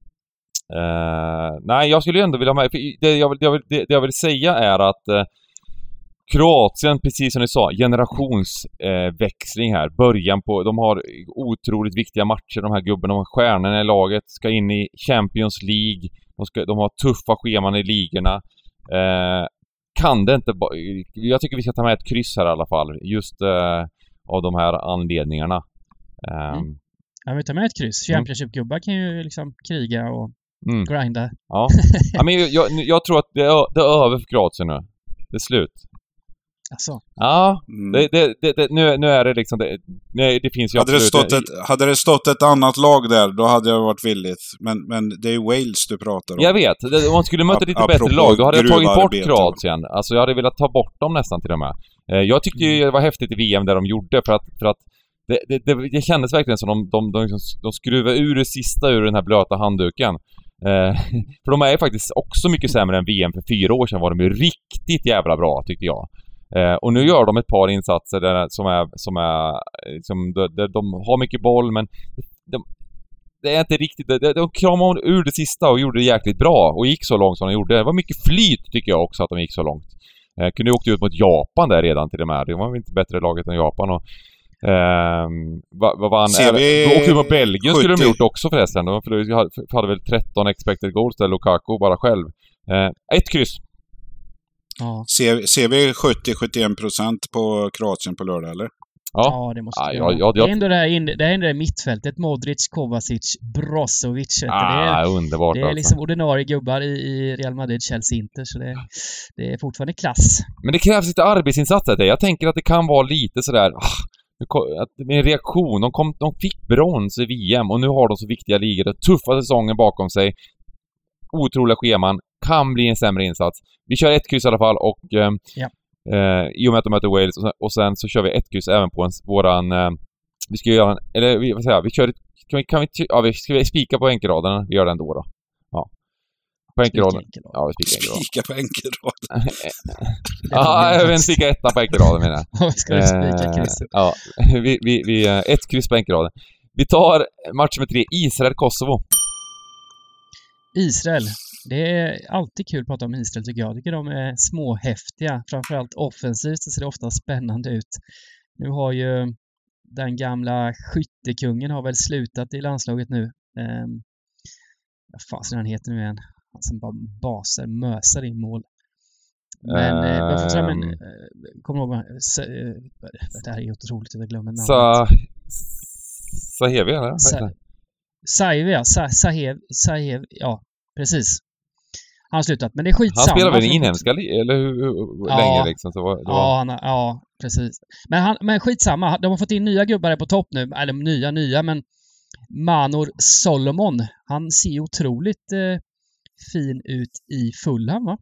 Uh, nej, jag skulle ändå vilja ha med. Det jag vill, det jag vill, det jag vill säga är att uh, Kroatien, precis som ni sa, generationsväxling uh, här. Början på, de har otroligt viktiga matcher, de här gubbarna, de har stjärnorna i laget, ska in i Champions League. De, ska, de har tuffa scheman i ligorna. Uh, kan det inte... Jag tycker vi ska ta med ett kryss här i alla fall. Just uh, av de här anledningarna. Um, mm. Ja, vi tar med ett kryss. Championship-gubbar kan ju liksom kriga och mm. grinda. Ja, ja men jag, jag, jag tror att det är, det är över för Kroatien nu. Det är slut. Alltså. Ja, Mm. det, det, det, det, nu, nu är det liksom... Det, nej, det finns ju Hade det, absolut... stått ett, hade det stått ett annat lag där, då hade jag varit villigt. Men, men det är ju Wales du pratar om. Jag vet. Det, om man skulle möta lite Ap- bättre apropå lag, då hade jag tagit bort gruvarbete. Kroatien. Alltså jag hade velat ta bort dem nästan till och med. Eh, jag tyckte ju det var häftigt i V M där de gjorde, för att, för att det, det, det, det kändes verkligen som de, de, de, de skruvade ur det sista ur den här blöta handduken. Eh, för de är ju faktiskt också mycket sämre än V M för fyra år sedan. Var de ju riktigt jävla bra, tyckte jag. Eh, och nu gör de ett par insatser där, som är, som är som, där, där de har mycket boll, men de, det är inte riktigt... De, de kramade ur det sista och gjorde det jäkligt bra och gick så långt som de gjorde. Det var mycket flyt, tycker jag också, att de gick så långt. Eh, kunde ju åkt ut mot Japan där redan till och med. Det var väl inte bättre laget än Japan. Och Eh, vad va, vann? Och hur var Belgien skulle de gjort också förresten. De hade, hade väl tretton expected goals där Lukaku bara själv. Eh, ett kryss. Ja. Ser, ser vi sjuttio till sjuttioen procent på Kroatien på lördag, eller? Ja, ja det måste ja, vi ja, ja, ja, det är ändå det här, in, det är ändå det mittfältet. Modric, Kovacic, Brozovic. Ah, det är, underbart, det är alltså. liksom ordinarie gubbar i, i Real Madrid, Chelsea, Inter. Så det, det är fortfarande klass. Men det krävs lite arbetsinsatser. Jag tänker att det kan vara lite sådär... Ah, med en reaktion. De, kom, de fick brons i V M och nu har de så viktiga ligor. Tuffa säsonger bakom sig. Otroliga scheman. Kan bli en sämre insats. Vi kör ett kryss i alla fall och eh, ja. eh, i och med att de möter Wales och, och sen så kör vi ett kryss även på en, våran eh, vi ska göra en, eller vi, vad säger jag, vi kör ett, kan vi, kan vi, ja, vi ska vi spika på enkelraden. Vi gör det ändå då. Ja. På enkelraden. Ja, vi spikar enkelraden. Spika på enkelraden. Ja, jag vill spika etta på enkelraden, menar jag. Ska du spika krysset? Ja, vi, vi, vi, ett kryss på enkelraden. Vi tar match med tre, Israel-Kosovo. Israel. Det är alltid kul att prata om Israel, tycker jag. Jag tycker de är småhäftiga. Framförallt offensivt så ser det ofta spännande ut. Nu har ju den gamla skyttekungen har väl slutat i landslaget nu. Um, vad fasen han heter nu igen? Han som bara basar, mösar in mål. Men um, jag får säga, men uh, kommer ihåg, uh, det här är otroligt att jag glömmer namnet. Sa... Sahevi, eller? Sa... Sahevi, ja. Sa... Sahev... Sahev... Ja, precis. Han har slutat, men det är skitsamma. Han spelar väl i inhemska, eller hur, hur ja, länge liksom? Så var, det ja, var... han, ja, precis. Men, han, men skitsamma, de har fått in nya gubbar på topp nu. Eller nya, nya, men Manor Solomon, han ser otroligt eh, fin ut i Fulham, va?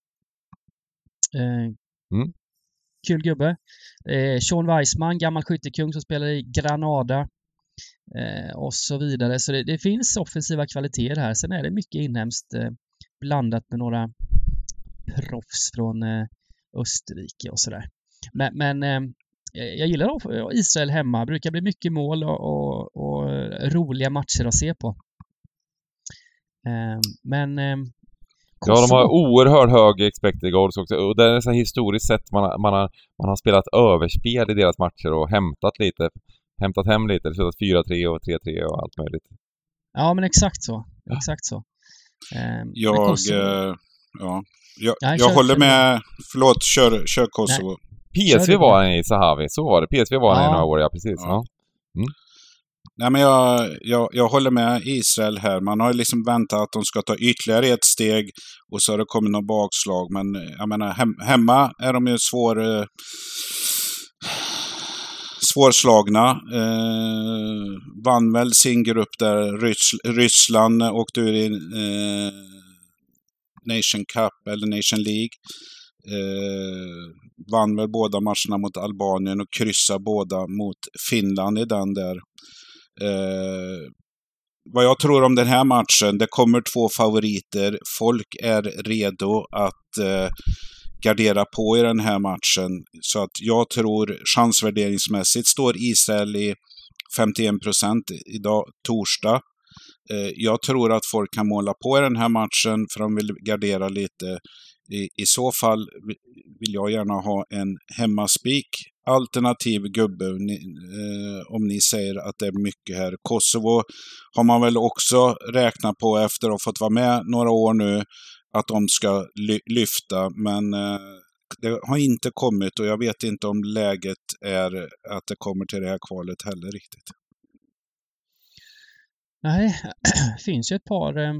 Eh, mm. Kul gubbe. Eh, Sean Weissman, gammal skyttekung som spelar i Granada. Eh, och så vidare. Så det, det finns offensiva kvaliteter här. Sen är det mycket inhemskt eh, blandat med några proffs från eh, Österrike och sådär. Men, men eh, jag gillar Israel hemma. Det brukar bli mycket mål och, och, och roliga matcher att se på. Eh, men eh, ja, de har oerhört hög expected goals också. Och det är så historiskt sett man har, man har, man har spelat överspel i deras matcher och hämtat lite. Hämtat hem lite. Det har fyra tre och tre tre och allt möjligt. Ja, men exakt så. Exakt så. Eh, jag, Kosovo... eh, ja. Jag, Nej, jag kör, håller kör. med. Förlåt, kör, kör Kosovo. Nej. P S V var han i Sahavi, så var det. P S V var han ja. i några år, ja precis. Ja. Ja. Mm. Nej, men jag, jag, jag håller med Israel här. Man har liksom väntat att de ska ta ytterligare ett steg och så har det kommit något bakslag. Men jag menar, hem, hemma är de ju svår... Eh, svårslagna. Eh, vann väl sin grupp där Rys Ryssland åkte ur i eh, Nation Cup eller Nation League. Eh, vann väl båda matcherna mot Albanien och kryssade båda mot Finland i den där. Eh, vad jag tror om den här matchen, det kommer två favoriter. Folk är redo att eh, gardera på i den här matchen. Så att jag tror chansvärderingsmässigt står Israel i femtioen procent idag, torsdag. Eh, jag tror att folk kan måla på i den här matchen för de vill gardera lite. I, i så fall vill jag gärna ha en hemmaspik. Alternativ gubbe ni, eh, om ni säger att det är mycket här. Kosovo har man väl också räknat på efter att ha fått vara med några år nu att de ska ly lyfta, men eh, det har inte kommit och jag vet inte om läget är att det kommer till det här kvalet heller riktigt. Nej, det finns ju ett par eh,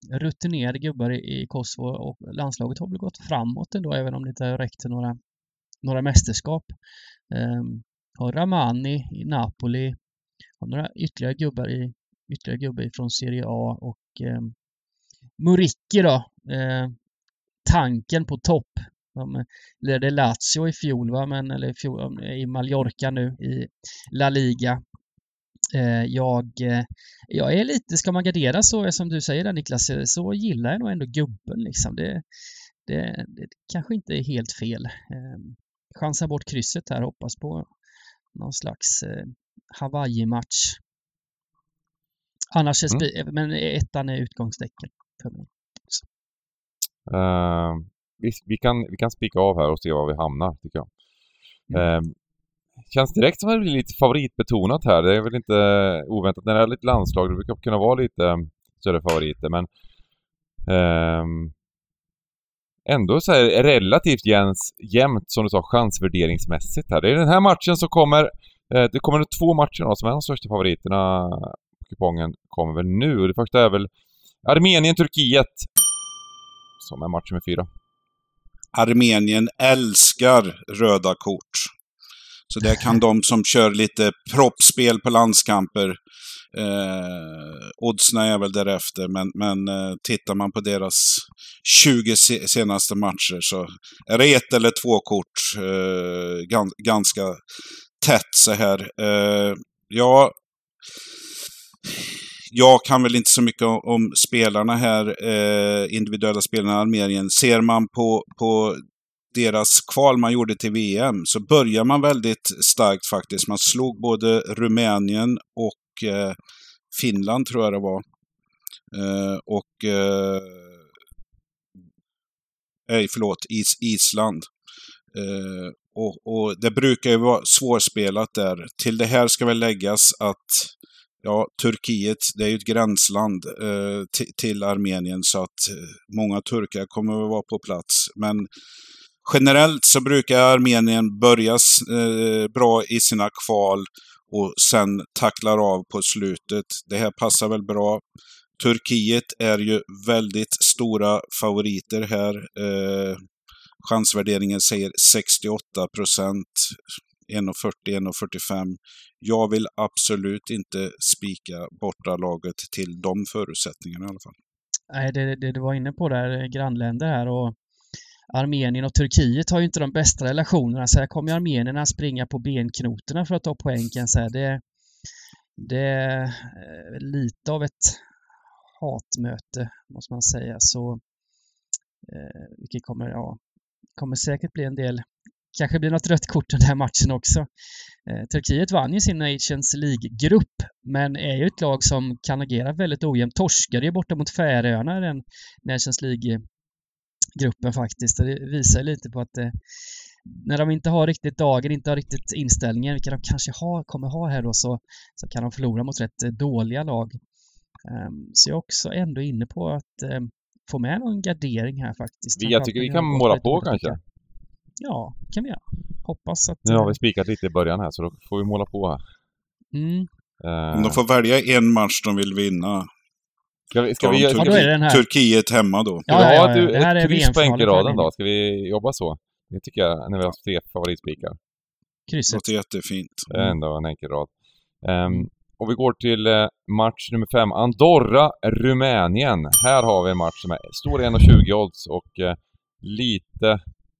rutinerade gubbar i, i Kosovo och landslaget har väl gått framåt ändå, även om det inte har räckt till några några mästerskap. Um, har Ramani i Napoli, har några ytterligare gubbar i ytterligare gubbar från Serie A och um, Muriqi då, uh, tanken på topp. De ledde Lazio i fjol, va? Men, eller i, fjol, i Mallorca nu i La Liga. Eh, jag, eh, jag är lite, ska man gardera så som du säger där Niklas, så gillar jag nog ändå gubben liksom. Det, det, det kanske inte är helt fel. Eh, chansa bort krysset här, hoppas på någon slags eh, Hawaii-match. Annars är spi- mm. men ettan är utgångstecken för mig. Uh, vi, vi, kan, vi kan spika av här och se var vi hamnar, tycker jag. Mm. Uh, känns direkt som att det blir lite favoritbetonat här. Det är väl inte oväntat. När det är lite landslag, det brukar kunna vara lite större favoriter. Men uh, ändå så är relativt jäms, jämnt, som du sa, chansvärderingsmässigt här. Det är den här matchen som kommer. Uh, det kommer två matcher då, som är de största favoriterna. Kupongen kommer väl nu. Det första är väl Armenien-Turkiet, som är match nummer fyra. Armenien älskar röda kort. Så där kan de som kör lite proppspel på landskamper, eh, oddsna är väl därefter. Men, men eh, tittar man på deras tjugo se- senaste matcher så är det ett eller två kort eh, gans- ganska tätt så här. Eh, ja... Jag kan väl inte så mycket om, om spelarna här, eh, individuella spelarna i Armenien. Ser man på, på deras kval man gjorde till V M så börjar man väldigt starkt faktiskt. Man slog både Rumänien och eh, Finland, tror jag det var. Eh, och... Eh, nej, förlåt. Is, Island. Eh, och, och det brukar ju vara svårspelat där. Till det här ska väl läggas att... Ja, Turkiet, det är ju ett gränsland eh, t- till Armenien, så att eh, många turkar kommer att vara på plats. Men generellt så brukar Armenien börja eh, bra i sina kval och sen tacklar av på slutet. Det här passar väl bra. Turkiet är ju väldigt stora favoriter här. Eh, chansvärderingen säger sextioåtta procent. en fyrtio till en fyrtiofem. Jag vill absolut inte spika borta laget till de förutsättningarna i alla fall. Nej, det, det du var inne på där, grannländer här, och Armenien och Turkiet har ju inte de bästa relationerna, så här kommer armenierna springa på benknotorna för att ta poäng, kan jag säga. Det, det är lite av ett hatmöte, måste man säga. Så eh, vilket kommer, ja, kommer säkert bli en del. Kanske blir något rött kort den här matchen också. Eh, Turkiet vann ju sin Nations League-grupp, men är ju ett lag som kan agera väldigt ojämnt. Torskade ju borta mot Färöarna i den Nations League-gruppen faktiskt. Det visar lite på att eh, när de inte har riktigt dagen, inte har riktigt inställningen, vilka de kanske har, kommer ha här då, så, så kan de förlora mot rätt eh, dåliga lag. Eh, så jag är också ändå inne på att eh, få med någon gardering här faktiskt. Jag tycker vi kan måla på kanske. Ja, kan vi göra. Hoppas att... Nu har vi spikat lite i början här, så då får vi måla på här. Mm. Uh... De får välja en match de vill vinna. Ska vi, ska vi Tur- ja, då är det den här. Turkiet hemma då. Ska ja, vi ha ja, ja. ett, Det här ett är kryss på enkeraden då? Ska vi jobba så? Det tycker jag, när vi har tre favoritspikar. Krysset. Det låter jättefint. Det är ändå en enkelrad. Um, och vi går till uh, match nummer fem. Andorra-Rumänien. Här har vi en match som är stor en tjugo odds och uh, lite...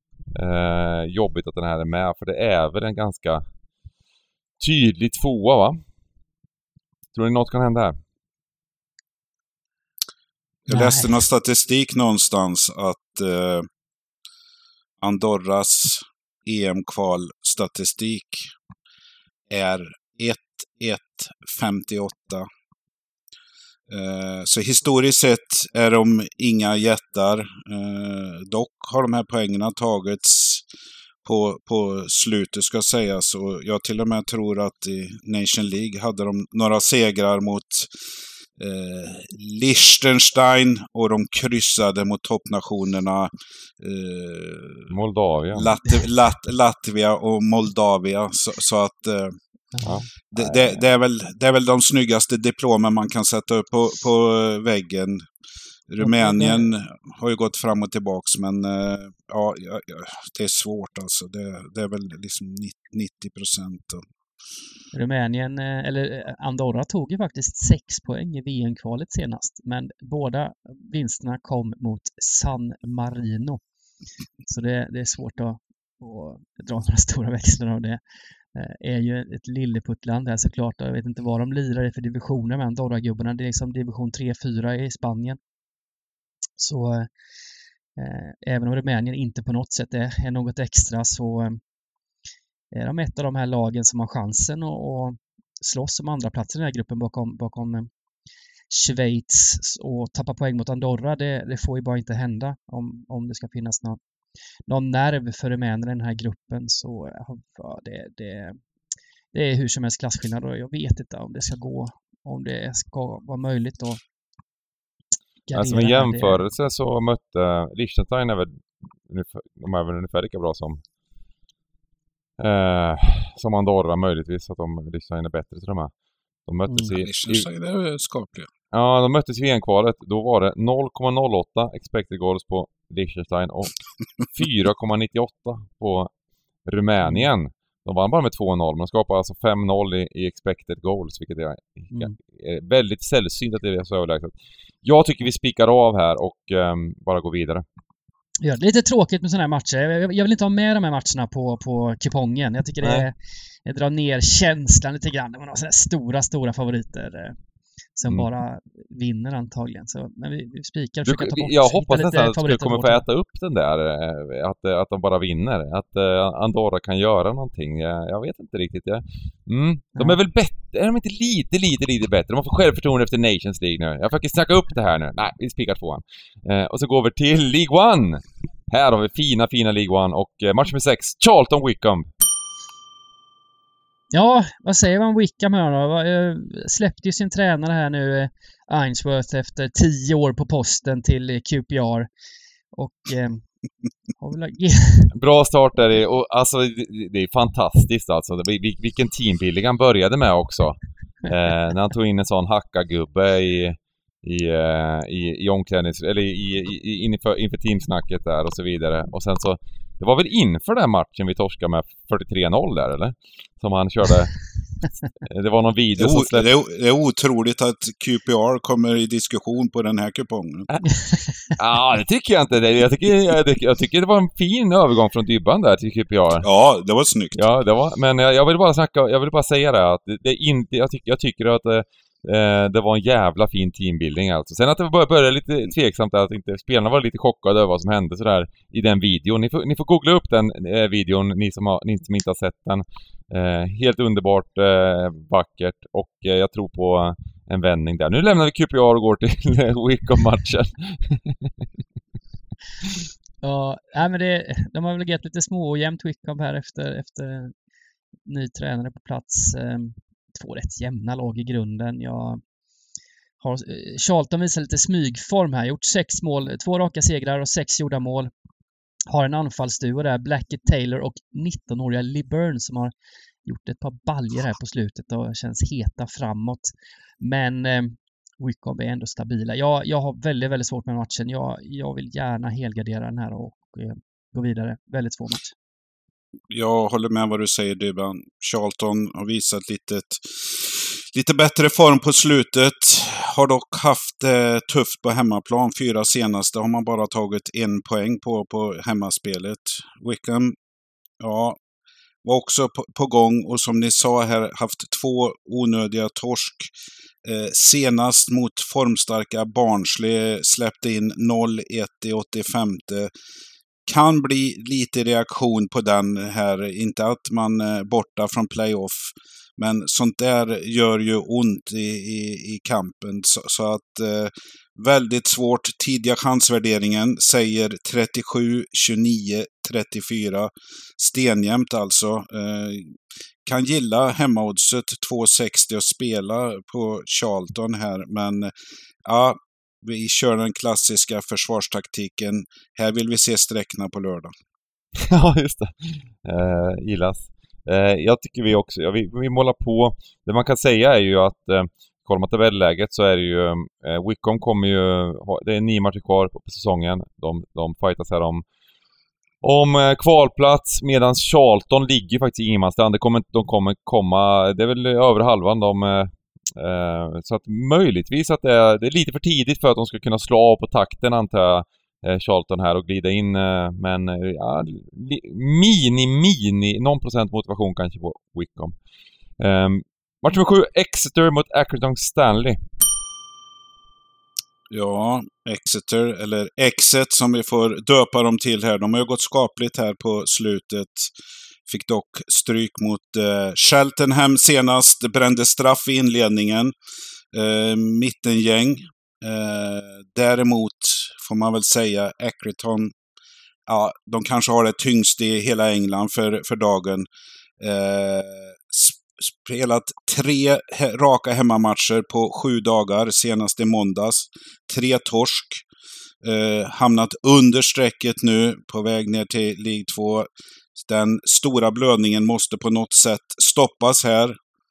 Eh, jobbigt att den här är med, för det är väl en ganska tydlig tvåa, va? Tror ni något kan hända här? Jag Nej. läste någon statistik någonstans att eh, Andorras E M-kvalstatistik är ett ett femtioåtta. Så historiskt sett är de inga jättar. Dock har de här poängerna tagits på, på slutet, ska sägas. Och jag till och med tror att i Nation League hade de några segrar mot eh, Liechtenstein, och de kryssade mot toppnationerna eh, Moldavien. Lat- Lat- Latvia och Moldavia. Så, så att... Eh, Ja. Det, det, det, är väl, det är väl de snyggaste diplomen man kan sätta upp på, på väggen. Rumänien har ju gått fram och tillbaks, men uh, ja, ja, det är svårt alltså. Det, det är väl liksom nittio procent. Rumänien, eller Andorra tog ju faktiskt sex poäng i V M-kvalet senast, men båda vinsterna kom mot San Marino. Så det, det är svårt att, att dra några stora växlar av det. Det är ju ett lilleputtland här såklart. Jag vet inte vad de lirar i för divisioner med Andorra-gubbarna. Det är liksom division tre fyra i Spanien. Så eh, även om Rumänien inte på något sätt är, är något extra, så eh, är de ett av de här lagen som har chansen att, att slåss om andra platser i den här gruppen bakom, bakom eh, Schweiz, och tappa poäng mot Andorra. Det, det får ju bara inte hända om, om det ska finnas någon, någon nerv för Rumänien i den här gruppen. Så ja, det, det, det är hur som helst klasskillnad, och jag vet inte om det ska gå, om det ska vara möjligt att alltså med jämförelse det. Så mötte Liechtenstein är väl ungefär, de är väl ungefär lika bra som eh, som Andorra möjligtvis, att de Liechtenstein är bättre till de här. De möttes mm. i, Liechtenstein är skapliga. Ja, de möttes i V M-kvalet. Då var det noll komma noll åtta expected goals på Liechtenstein och fyra komma nittioåtta på Rumänien. De vann bara med två noll, men de skapade alltså fem noll i, i expected goals, vilket är, mm. är väldigt sällsynt att det är så överlägset. Jag tycker vi spikar av här och um, bara går vidare. Ja, det är lite tråkigt med sådana här matcher. Jag, jag vill inte ha med de här matcherna på, på kupongen. Jag tycker det, det drar ner känslan lite grann. Man har sådana stora, stora favoriter som mm. bara vinner antagligen. Så, men vi, vi spikar och du, försöker ta bort. Jag hoppas nästan att du kommer få äta upp den där, att, att de bara vinner. Att uh, Andorra kan göra någonting. Jag, jag vet inte riktigt. Jag, mm, de ja. är väl bättre, är de inte lite, lite, lite bättre? De får självförtroende efter Nations League nu. Jag försöker snacka upp det här nu. Nej, vi spikar tvåan. Uh, och så går vi till League One. Här har vi fina, fina League One. Och uh, match med sex, Charlton Wycombe. Ja, vad säger man Wickham här då? Släppte ju sin tränare här nu, Ainsworth, efter tio år på posten till Q P R. Och eh, bra start där, och alltså det är fantastiskt alltså. Vilken teambuilding han började med också. Eh, när han tog in en sån hackagubbe i i i i omklädnings eller i, i inför inför teamsnacket där och så vidare. Och sen så det var väl inför den matchen vi torskade med fyrtiotre noll där, eller? Som han körde. Det var någon video det, som släppte. Det, är, det är otroligt att Q P R kommer i diskussion på den här kupongen. Ja, det tycker jag inte. Jag tycker, jag, tycker, jag tycker det var en fin övergång från Dybban där till Q P R. Ja, det var snyggt. Ja, det var. Men jag, jag vill bara snacka, jag vill bara säga det att det är inte, jag tycker, jag tycker att eh, det var en jävla fin teambuilding alltså. Sen att det började lite tveksamt att inte spelarna var lite chockade över vad som hände så där i den videon. Ni får, ni får googla upp den eh, videon, ni som, har, ni som inte har sett den. Eh, helt underbart eh, vackert, och eh, jag tror på en vändning där. Nu lämnar vi Q P R och går till Wycombe-matchen. Ja, nej, men det, de har väl gett lite små och jämnt Wycombe här efter, efter ny tränare på plats. Eh, två rätt jämna lag i grunden. Jag har, Charlton visar lite smygform här. Gjort sex mål, två raka segrar och sex gjorda mål. Har en anfallsduo där, Blackett Taylor och nittonåriga Lee Burn, som har gjort ett par baljer här på slutet och känns heta framåt. Men eh, Wycombe är ändå stabila. Jag, jag har väldigt, väldigt svårt med matchen. Jag, jag vill gärna helgardera den här och eh, gå vidare. Väldigt svår match. Jag håller med vad du säger, Dybban. Charlton har visat lite, lite bättre form på slutet. Har dock haft eh, tufft på hemmaplan. Fyra senaste har man bara tagit en poäng på, på hemmaspelet. Wycombe, ja, var också på, på gång. Och som ni sa här, haft två onödiga torsk. Eh, senast mot formstarka Barnsley, släppte in noll ett i åttiofemte. Kan bli lite reaktion på den här. Inte att man är borta från playoff. Men sånt där gör ju ont i, i, i kampen. Så, så att eh, väldigt svårt. Tidiga chansvärderingen säger trettiosju, tjugonio, trettiofyra. Stenjämnt alltså. Eh, kan gilla hemmaoddset två sextio att spela på Charlton här. Men ja, vi kör den klassiska försvarstaktiken. Här vill vi se sträckna på lördag. Ja, just det. Eh, gillas. Eh, jag tycker vi också, ja, vi, vi målar på. Det man kan säga är ju att eh, kollar man tabelläget så är det ju eh, Wycombe kommer ju det är nio matcher kvar på, på säsongen. De, de fightas här om om eh, kvalplats, medan Charlton ligger faktiskt i ingenmansland. Det kommer, de kommer komma, det är väl över halvan de eh, så att möjligtvis att det är, det är lite för tidigt för att de ska kunna slå av på takten, antar jag, eh, Charlton här och glida in, eh, men eh, ja, li, mini mini någon procent motivation kanske på Wycombe. Eh, match nummer sju, Exeter mot Accrington Stanley. Ja, Exeter, eller Exet som vi får döpa dem till här. De har ju gått skapligt här på slutet. Fick dock stryk mot eh, Cheltenham senast. Brände straff i inledningen. Eh, mittengäng. Eh, däremot får man väl säga Accrington, ja, de kanske har det tyngst i hela England för, för dagen. Eh, spelat tre he- raka hemmamatcher på sju dagar, senast i måndags. Tre torsk. Eh, hamnat under strecket nu, på väg ner till League två. Den stora blödningen måste på något sätt stoppas här.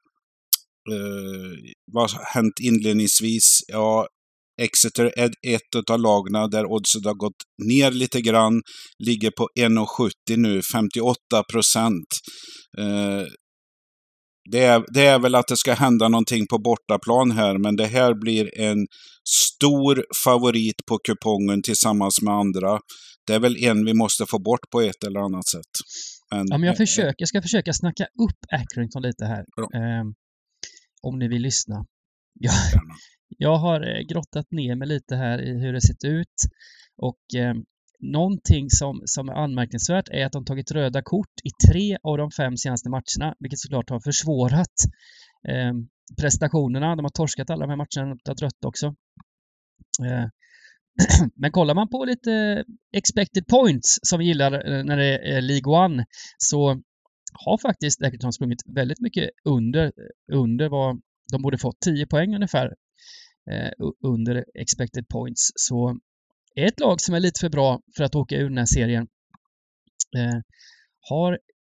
Eh, vad har hänt inledningsvis? Ja, Exeter är ett av lagna där oddset har gått ner lite grann. Ligger på en komma sjuttio nu, femtioåtta procent. Eh, Det är, det är väl att det ska hända någonting på bortaplan här, men det här blir en stor favorit på kupongen tillsammans med andra. Det är väl en vi måste få bort på ett eller annat sätt. Men, ja, men jag, försöker, jag ska försöka snacka upp Accrington lite här. Eh, om ni vill lyssna. Jag, jag har eh, grottat ner mig lite här i hur det sett ut. Och eh, någonting som, som är anmärkningsvärt är att de tagit röda kort i tre av de fem senaste matcherna, vilket såklart har försvårat eh, prestationerna. De har torskat alla de här matcherna och tagit rött också. Eh, men kollar man på lite expected points som vi gillar när det är League One, så har faktiskt Accrington sprungit väldigt mycket under, under vad de borde fått, tio poäng ungefär eh, under expected points. Så ett lag som är lite för bra för att åka ur den här serien eh, har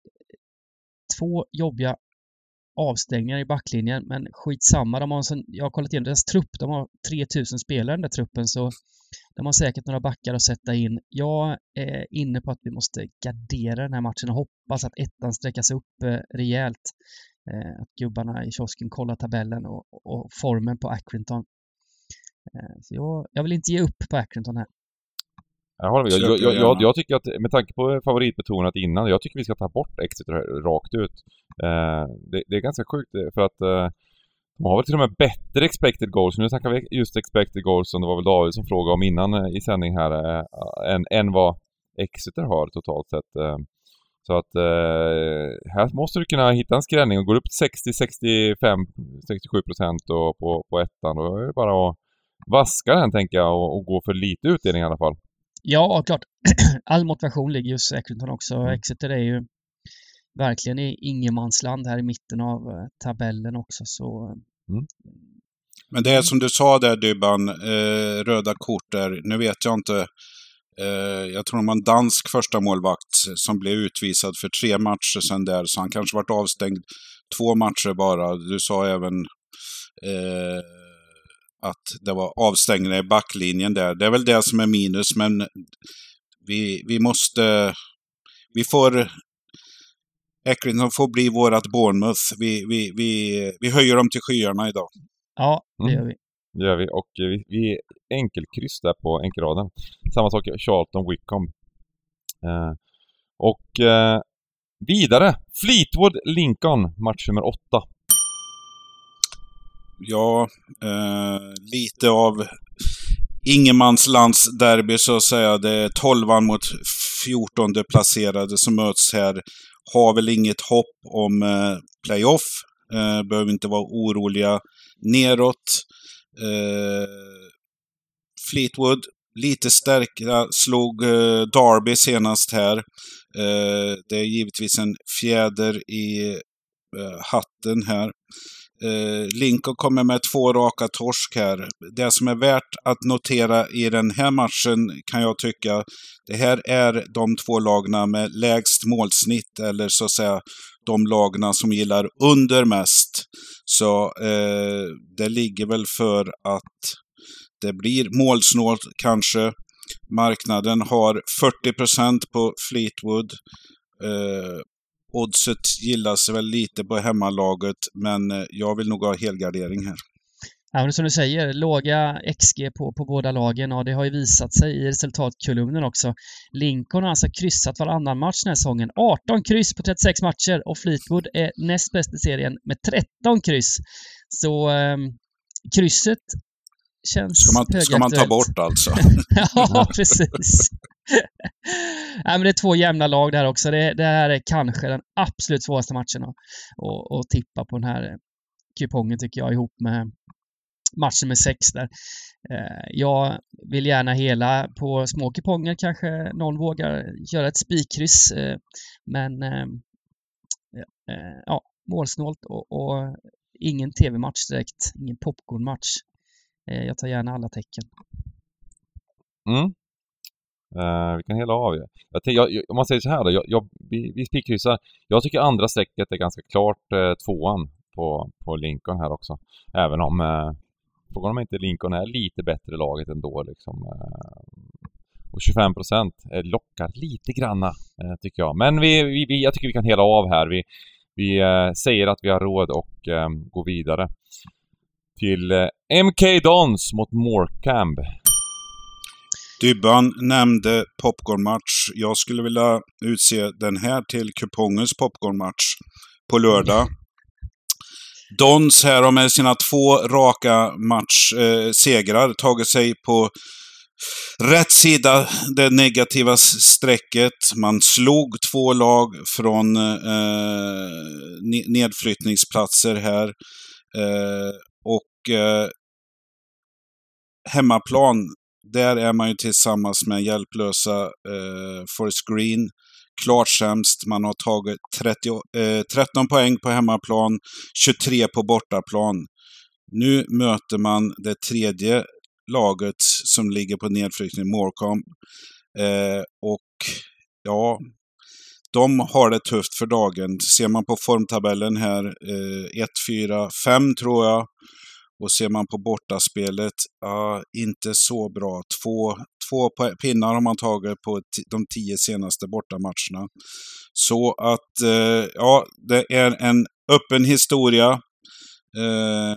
två jobbiga avstängningar i backlinjen, men skitsamma. De har en sån, jag har kollat igenom deras trupp, de har tre tusen spelare i den där truppen, så de har säkert några backar att sätta in. Jag är inne på att vi måste gardera den här matchen och hoppas att ettan sträckas upp eh, rejält. Eh, att gubbarna i kiosken kollar tabellen och, och formen på Accrington. Så jag, jag vill inte ge upp på Accrington här. Jag, håller med. Jag, jag, jag, jag tycker att, med tanke på favoritbetonat innan, jag tycker vi ska ta bort Exeter rakt ut. Eh, det, det är ganska sjukt för att eh, de har väl till och med bättre expected goals. Nu snackar vi just expected goals som det var väl David som frågade om innan eh, i sändning här, eh, än, än vad Exeter har totalt sett. Eh. Så att eh, här måste du kunna hitta en skrällning och gå upp till sextio, sextiofem, sextiosju procent och på, på ettan. Då är det bara att vaska den, tänker jag, och, och gå för lite utdelning i alla fall. Ja, klart. All motivation ligger hos Accrington också. Mm. Exeter är ju verkligen i ingenmansland här i mitten av uh, tabellen också. Så, mm. Men det är som du sa där, Dybban, eh, röda kort där. Nu vet jag inte. Eh, jag tror det var en dansk första målvakt som blev utvisad för tre matcher sedan där. Så han kanske varit avstängd två matcher bara. Du sa även eh, att det var avstängningar i backlinjen där. Det är väl det som är minus, men vi, vi måste... Vi får... Accrington får bli vårat Bournemouth. Vi, vi, vi, vi höjer dem till skyarna idag. Ja, det gör vi. Det gör vi. Och vi, vi enkelkryss där på enkelraden. Samma sak Charlton Wycombe. Eh, och eh, vidare. Fleetwood Lincoln, match nummer åtta. Ja, eh, lite av ingenmanslands derby så att säga. Det är tolvan mot fjortonde placerade som möts här. Har väl inget hopp om eh, playoff. Eh, behöver inte vara oroliga neråt. Eh, Fleetwood lite stärkta, slog eh, Derby senast här. Eh, det är givetvis en fjäder i eh, hatten här. Eh, Lincoln kommer med två raka torsk här. Det som är värt att notera i den här matchen kan jag tycka, det här är de två lagna med lägst målsnitt, eller så att säga de lagna som gillar under mest. Så eh, det ligger väl för att det blir målsnålt kanske. Marknaden har fyrtio procent på Fleetwood. Eh, Oddset gillas väl lite på hemmalaget, men jag vill nog ha helgardering här. Ja, men som du säger, låga X G på, på båda lagen, och det har ju visat sig i resultatkolumnen också. Lincoln har alltså kryssat varannan match den här säsongen. arton kryss på trettiosex matcher, och Fleetwood är näst bäst i serien med tretton kryss. Så eh, krysset känns ska man, ska man ta bort alltså? Ja, precis. Nej, men det är två jämna lag där också. Det, det här är kanske den absolut svåraste matchen att, att, att tippa på den här kupongen, tycker jag, ihop med matchen med sex där. Jag vill gärna hela på små kuponger. Kanske någon vågar göra ett spikkryss, men ja, målsnålt och, och ingen tv-match direkt, ingen popcornmatch. Jag tar gärna alla tecken. Mm. Uh, vi kan hela av det. Jag, jag, om man säger så här då, jag, jag, vi, vi spikryssar. Jag tycker andra strecket är ganska klart uh, tvåan på, på Lincoln här också. Även om uh, frågan om inte Lincoln är lite bättre laget ändå liksom. Uh, och tjugofem procent lockar lite granna uh, tycker jag. Men vi, vi, vi, jag tycker vi kan hela av här. Vi, vi uh, säger att vi har råd och um, gå vidare till uh, M K Dons mot Morecambe. Dybban nämnde popcornmatch. Jag skulle vilja utse den här till kupongens popcornmatch på lördag. Dons här har med sina två raka match eh, segrar tagit sig på rätt sida det negativa strecket. Man slog två lag från eh, nedflyttningsplatser här. Eh, och eh, hemmaplan, där är man ju tillsammans med hjälplösa eh, Forest Green klart sämst. Man har tagit trettio, eh, tretton poäng på hemmaplan, tjugotre på bortaplan. Nu möter man det tredje laget som ligger på nedflyttning, Morecambe. Eh, och ja, de har det tufft för dagen. Ser man på formtabellen här, eh, ett, fyra, fem tror jag. Och ser man på bortaspelet, ja, inte så bra. Två, två pinnar har man tagit på t- de tio senaste bortamatcherna. Så att, eh, ja, det är en öppen historia. Eh,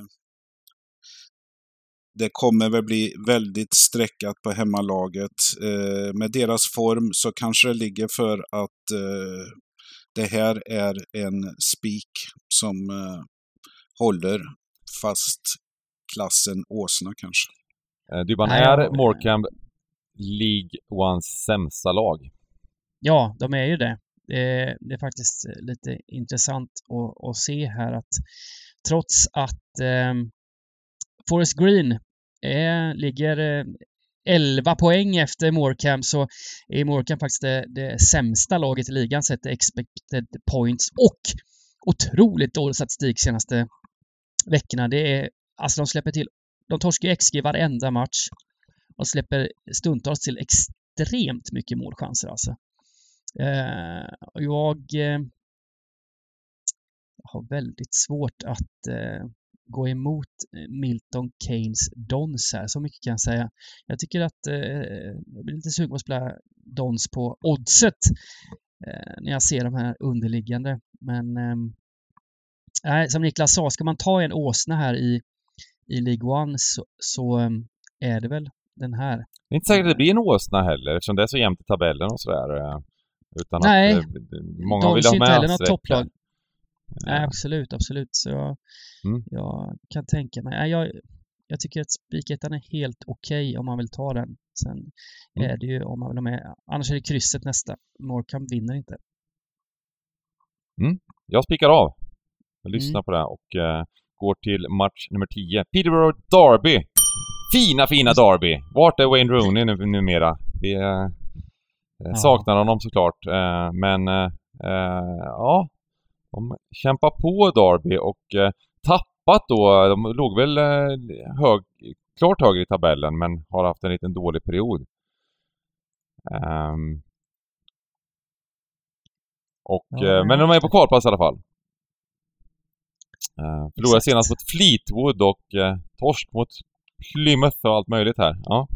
det kommer väl bli väldigt sträckat på hemmalaget. Eh, med deras form så kanske det ligger för att eh, det här är en spik som eh, håller fast klassen Åsna kanske. Du bara, är Morecambe League Ones sämsta lag? Ja, de är ju det. Det är, det är faktiskt lite intressant att, att se här att trots att eh, Forest Green är, ligger eh, elva poäng efter Morecambe, så är Morecambe faktiskt det, det sämsta laget i ligan sett till expected points och otroligt dålig statistik senaste veckorna. Det är Alltså de släpper till, de torskar X G varenda match och släpper stundtals till extremt mycket målchanser alltså. Eh, och jag eh, har väldigt svårt att eh, gå emot Milton Keynes Dons här, så mycket kan jag säga. Jag tycker att eh, jag blir lite sugen på att spela Dons på oddset eh, när jag ser de här underliggande. Men eh, som Niklas sa, ska man ta en åsna här i i League One så, så är det väl den här. Det är inte säkert att det blir en åsna heller, eftersom det är så jämnt i tabellen och sådär. Utan Nej, att många vill ha med heller något topplag. Ja. Nej, absolut, absolut. Så jag, mm. jag kan tänka mig. Nej, jag, jag tycker att spikettan är helt okej okay om man vill ta den. Sen mm. är det ju om man vill ha med. Annars är det krysset nästa. Morecambe vinner inte. Mm. Jag spikar av. Jag lyssnar mm. på det och uh, går till match nummer tio. Peterborough Derby. Fina, fina Derby. Vart är Wayne Rooney nu, numera? Vi uh, ja. saknar honom såklart. Uh, men uh, uh, ja, de kämpar på Derby och uh, tappar tappat då. De låg väl hög, klart högre i tabellen, men har haft en liten dålig period. Um, och, ja, men de är på kvalplats i alla fall. Uh, förlorade senast mot Fleetwood och uh, torsk mot Plymouth och allt möjligt här. Ja,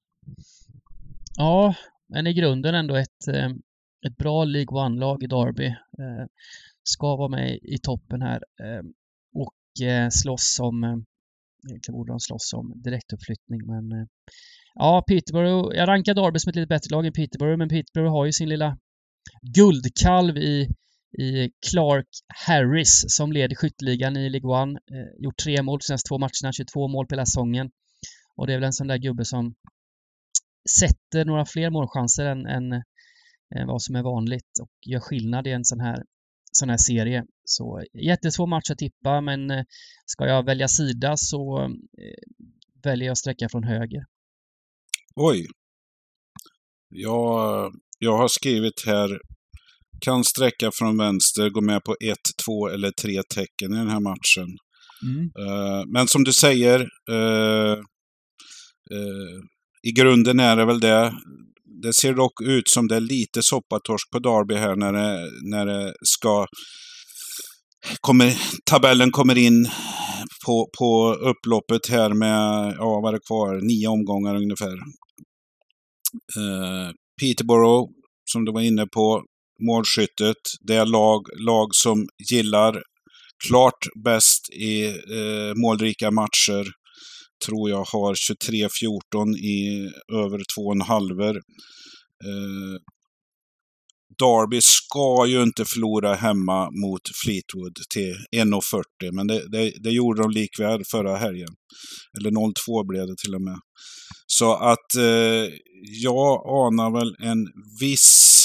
ja, men i grunden ändå ett, ett bra League One-lag i Derby. Uh, ska vara med i toppen här. Uh, och uh, slåss om, uh, egentligen borde de slåss om direktuppflyttning, men uh, ja, Peterborough, jag rankar Derby som ett lite bättre lag än Peterborough, men Peterborough har ju sin lilla guldkalv i, i Clark Harris som leder skytteligan i League One. Eh, gjort tre mål de senaste två matcherna, tjugotvå mål på hela säsongen. Och det är väl en sån där gubbe som sätter några fler målchanser än, än, än vad som är vanligt och gör skillnad i en sån här, sån här serie. Så jättesvår match att tippa, men eh, ska jag välja sida så eh, väljer jag sträcka från höger. Oj. Jag, jag har skrivit här, kan sträcka från vänster, gå med på ett, två eller tre tecken i den här matchen. Mm. Uh, men som du säger, uh, uh, i grunden är det väl det. Det ser dock ut som det är lite soppatorsk på Derby här när det, när det ska... Kommer, tabellen kommer in på, på upploppet här med, ja, vad är det kvar? Nio omgångar ungefär. Uh, Peterborough, som du var inne på, målskyttet. Det är lag, lag som gillar klart bäst i uh, målrika matcher. Tror jag har tjugotre fjorton i över två och en halver. Uh, Derby ska ju inte förlora hemma mot Fleetwood till en komma fyrtio, men det, det, det gjorde de likväl förra helgen. Eller noll två blev det till och med. Så att eh, jag anar väl en viss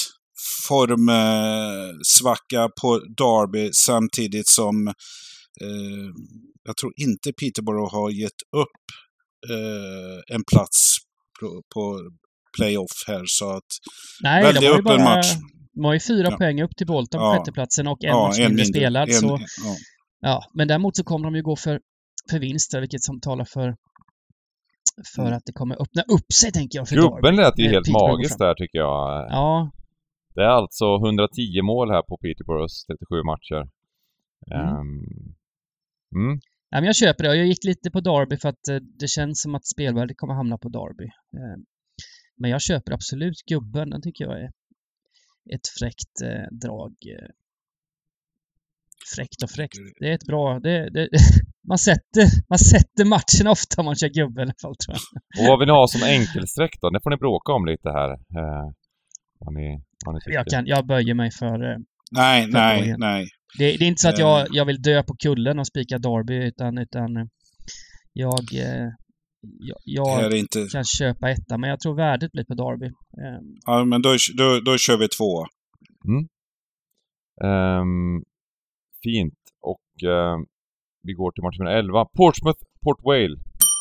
formsvacka på Derby samtidigt som eh, jag tror inte Peterborough har gett upp eh, en plats på, på playoff här, så att nej, väldigt öppen bara, match. De har ju fyra ja. poäng upp till Bolton på ja. sjätteplatsen och en ja, match mindre spelad. En, så, ja. Ja, men däremot så kommer de ju gå för, för vinst, vilket som talar för, för mm. att det kommer öppna upp sig, tänker jag. För Gubben lät ju helt magiskt där, tycker jag. Ja. Det är alltså hundratio mål här på Peterboroughs trettiosju matcher. Mm. Um, mm. Ja, men jag köper det. Jag gick lite på Derby för att det känns som att spelvärdet kommer hamna på Derby. Um, Men jag köper absolut gubben. Den tycker jag är ett fräckt eh, drag. Fräckt och fräckt. Det är ett bra... Det, det, man, sätter, man sätter matchen ofta om man kör gubben i alla fall, tror jag. Och vad vill ni ha som enkelsträck då? Det får ni bråka om lite här. Eh, vad ni, vad ni jag, kan, jag böjer mig för... Eh, nej, för nej, borgen. nej. Det, det är inte så att jag, jag vill dö på kullen och spika Derby, utan, utan jag... Eh, Jag, jag inte... kan köpa etta, men jag tror värdet blir på Derby. Um... Ja, men då, då, då kör vi två. Mm. Um, fint. Och uh, vi går till match nummer elva. Portsmouth, Port Vale.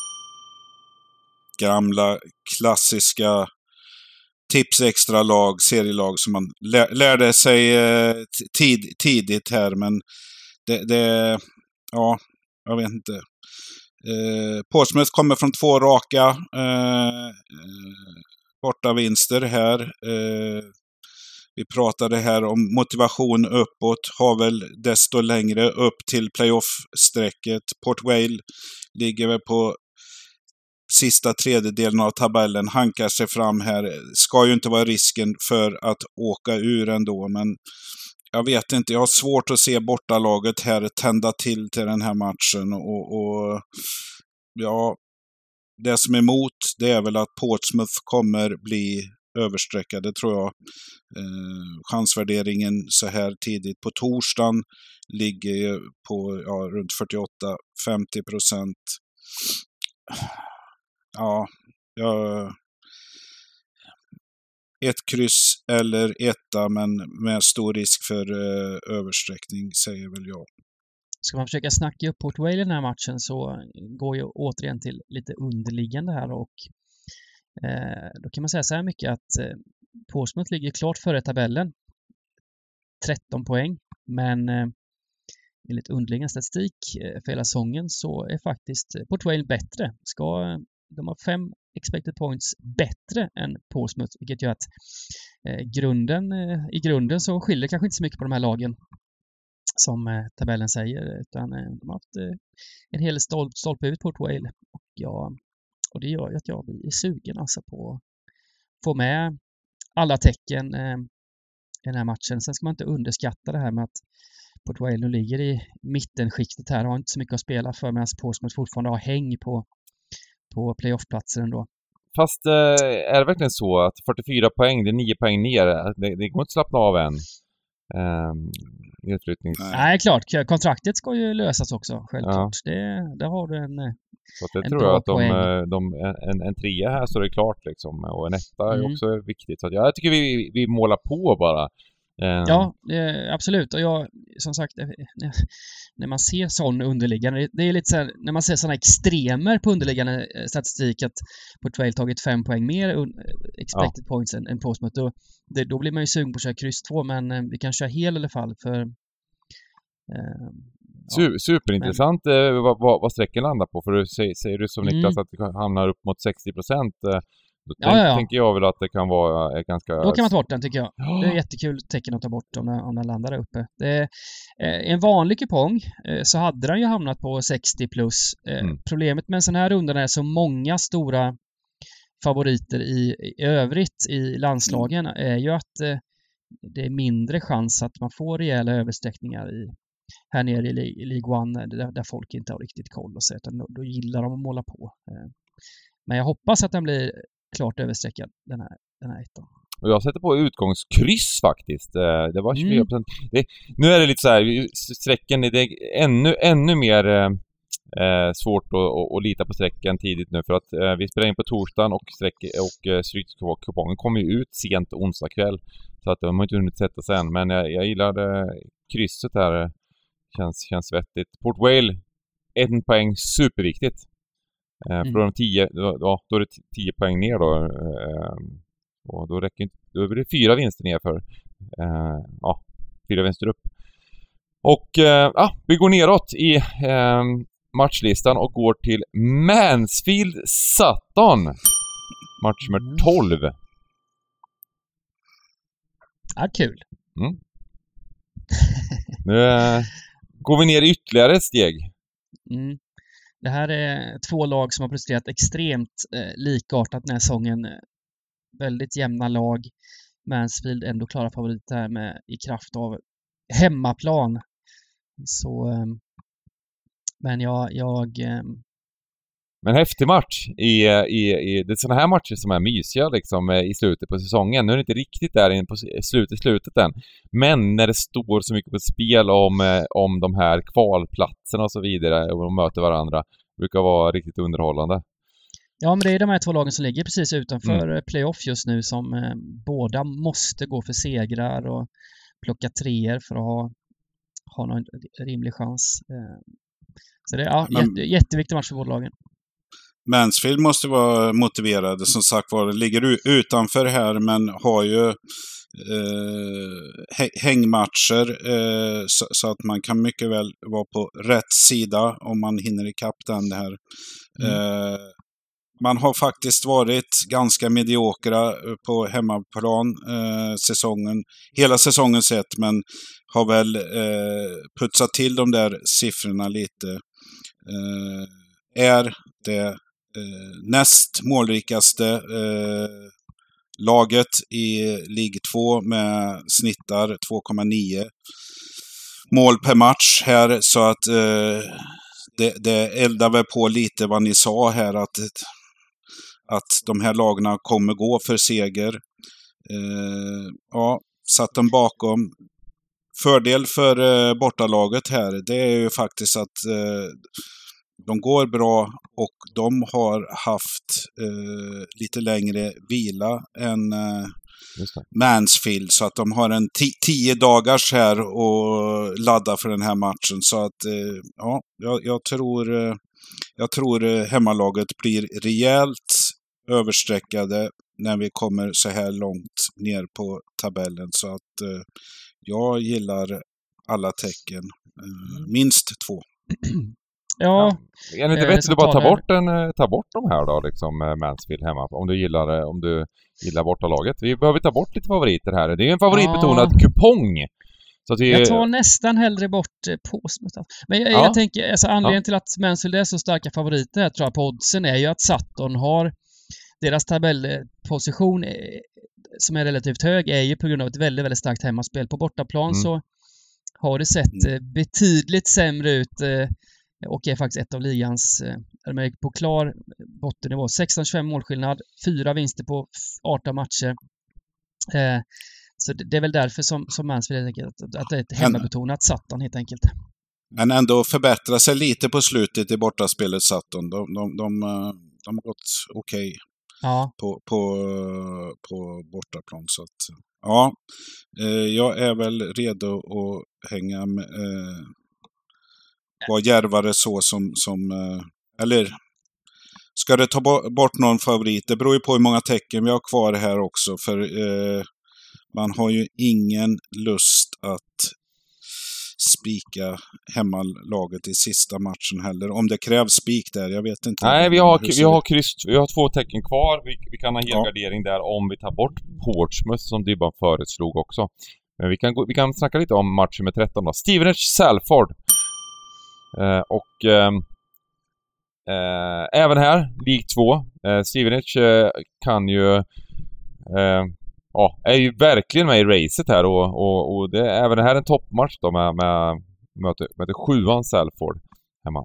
Gamla, klassiska tips extra lag, serielag som man lär, lärde sig uh, tid, tidigt här, men det, det... Ja, jag vet inte. Eh, Portsmouth kommer från två raka eh, eh, bortavinster här. Eh, vi pratade här om motivation uppåt, har väl desto längre upp till playoff-strecket. Port Vale ligger väl på sista tredjedelen av tabellen, hankar sig fram här. Ska ju inte vara risken för att åka ur ändå, men jag vet inte, jag har svårt att se bortalaget här tända till till den här matchen. Och, och ja, det som är emot, det är väl att Portsmouth kommer bli översträckade, tror jag. Eh, chansvärderingen så här tidigt på torsdagen ligger ju på ja, runt fyrtioåtta till femtio procent. Ja, jag... Ett kryss eller etta, men med stor risk för eh, översträckning, säger väl jag. Ska man försöka snacka upp Port Vale i den här matchen så går ju återigen till lite underliggande här, och eh, då kan man säga så här mycket att eh, Portsmouth ligger klart före tabellen. tretton poäng, men eh, enligt underliggande statistik för hela säsongen så är faktiskt Port Vale bättre. Ska, de har fem expected points bättre än Portsmouth, vilket gör att eh, grunden, eh, i grunden så skiljer kanske inte så mycket på de här lagen som eh, tabellen säger, utan eh, de har haft eh, en hel stolp, stolpe ut Port Vale. Och, ja, och det gör ju att jag blir sugen alltså på att få med alla tecken eh, i den här matchen. Sen ska man inte underskatta det här med att Port Vale nu ligger i mittenskiktet här, har inte så mycket att spela för, medan Portsmouth fortfarande har häng på, på playoffplatser ändå. Fast eh, är det verkligen så att fyrtiofyra poäng, det är nio poäng ner, det, det går inte att slappna av än? Um, nedflyttnings... Nej, klart. Kontraktet ska ju lösas också, självklart. Ja. Det, där har du en, så att det en tror bra jag att de, poäng. de, en, en trea här så är det klart liksom, och en etta är Mm. också viktigt. Så att jag tycker vi, vi målar på bara. Um, Ja, det, absolut. Och jag, som sagt, när, när man ser sån underliggande, det är lite så här, när man ser såna extremer på underliggande statistik att Port Vale tagit fem poäng mer un, expected ja. points än, än Portsmouth, då, det, då blir man ju sugen på att köra kryss två, men eh, vi kan köra hel i alla fall för eh, ja. Superintressant men, eh, vad, vad, vad sträcken landar på, för du säger, säger du som Niklas mm. att det hamnar upp mot sextio procent. Eh, Då ja, ja, ja. tänker jag väl att det kan vara är ganska... Då kan man ta bort den, tycker jag. Det är ett jättekul tecken att ta bort om den, om den landar där uppe. Det är, eh, en vanlig kupong eh, så hade den ju hamnat på sextio plus. Eh, mm. Problemet med en sån här runda är så många stora favoriter i, i övrigt i landslagen är ju att eh, det är mindre chans att man får rejäla översträckningar i, här nere i, i League One där, där folk inte har riktigt koll och så, utan då, då gillar de att måla på. Eh, men jag hoppas att den blir klart översträckad, den här, den här ettan. Och jag sätter på utgångskryss faktiskt. Det var tjugofyra procent. Mm. Det, nu är det lite så här, sträcken det är ännu, ännu mer eh, svårt att, att, att lita på sträcken tidigt nu, för att eh, vi spelar in på torsdagen och, sträck, och eh, strykkupongen kommer ju ut sent onsdag kväll. Så att de har inte hunnit sätta sig än. Men jag, jag gillar eh, krysset här. Känns, känns vettigt. Port Vale, en poäng, superviktigt. Mm. För de tio, då, då är det tio poäng ner då. Och då räcker inte, då blir det fyra vinster ner för. Ja, fyra vinster upp. Och ja, vi går neråt i eh, matchlistan och går till Mansfield Sutton. Match nummer tolv. Ja, kul. Mm. Nu eh, går vi ner ytterligare ett steg. Mm. Det här är två lag som har presterat extremt eh, likartat den här säsongen. Väldigt jämna lag. Mansfield ändå klara favoriter här med, i kraft av hemmaplan. Så, eh, men jag... jag eh... Men häftig match. I, i, i, det är sådana här matcher som är mysiga liksom, i slutet på säsongen. Nu är det inte riktigt där in på slutet, slutet än. Men när det står så mycket på spel om, om de här kvalplatserna och så vidare och de möter varandra, brukar vara riktigt underhållande. Ja, men det är de här två lagen som ligger precis utanför mm. playoff just nu som eh, båda måste gå för segrar och plocka treor för att ha, ha någon rimlig chans. Eh, så det är ja, men... jätte, jätteviktig match för båda lagen. Mansfield måste vara motiverade, som sagt var, ligger utanför här men har ju eh, hängmatcher eh, så, så att man kan mycket väl vara på rätt sida om man hinner ikapp den här. Mm. Eh, man har faktiskt varit ganska mediokra på hemmaplan eh, säsongen, hela säsongen sett, men har väl eh, putsat till de där siffrorna lite. Eh, är det Eh, näst målrikaste eh, laget i League två med snittar två komma nio mål per match här, så att eh, det, det eldar väl på lite vad ni sa här, att, att de här lagarna kommer gå för seger. Eh, ja, satt dem bakom. Fördel för eh, bortalaget här, det är ju faktiskt att eh, de går bra och de har haft eh, lite längre vila än eh, Mansfield. Så att de har en t- tio dagars här och ladda för den här matchen. Så att eh, ja, jag, jag tror, eh, jag tror eh, hemmalaget blir rejält översträckade när vi kommer så här långt ner på tabellen. Så att eh, jag gillar alla tecken. Uh, minst två. Ja. Är det inte bättre att bara ta bort, en, ta bort de här då, liksom, Mansfield hemma, om du gillar, om du gillar bortalaget. Vi behöver ta bort lite favoriter här. Det är ju en favoritbetonad ja. kupong. Så att vi... Jag tar nästan hellre bort Portsmouth. Men jag, ja. jag tänker, alltså anledningen ja. till att Mansfield är så starka favoriter här, tror jag, på oddsen är ju att Sutton har deras tabellposition är, som är relativt hög, är ju på grund av ett väldigt, väldigt starkt hemmaspel. På bortaplan mm. så har det sett mm. betydligt sämre ut och är faktiskt ett av ligans, är på klar bottennivå. sexton tjugofem målskillnad, fyra vinster på arton matcher. Eh, så det, det är väl därför som, som Mansfield helt enkelt, att det är ett hemmabetonat Sutton helt enkelt. Men ändå förbättra sig lite på slutet i bortaspelet Sutton. De, de, de, de har gått okej okay ja. på, på, på bortaplan. Så att, ja, jag är väl redo att hänga med, eh, vara djärvare så som, som eh, eller ska det ta bort någon favorit? Det beror ju på hur många tecken vi har kvar här också, för eh, man har ju ingen lust att spika hemmalaget i sista matchen heller. Om det krävs spik där, jag vet inte. Nej, vi har, vi har kryss, vi har två tecken kvar. Vi, vi kan ha helgardering ja. där om vi tar bort Portsmouth som Dybban föreslog också. Men vi kan, vi kan snacka lite om matchen med tretton då. Stevenage Salford. Eh, och eh, eh, även här, League två. Eh, Stevenage eh, kan ju eh, ja, är ju verkligen med i racet här och, och, och det är även det här en toppmatch då med, med möter, möter sjuan Salford hemma.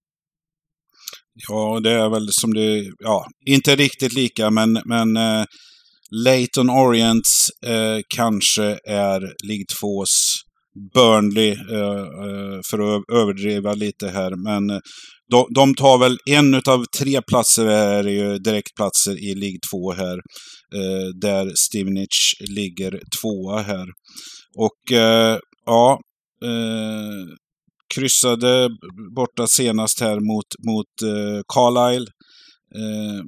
Ja, det är väl som det, ja, inte riktigt lika, men, men eh, Leyton Orient eh, kanske är League tvås Burnley eh, för att överdriva lite här, men de, de tar väl en utav tre platser är ju direktplatser i League två här, eh, där Stevenage ligger tvåa här. Och eh, ja, eh, kryssade borta senast här mot, mot eh, Carlisle. Eh,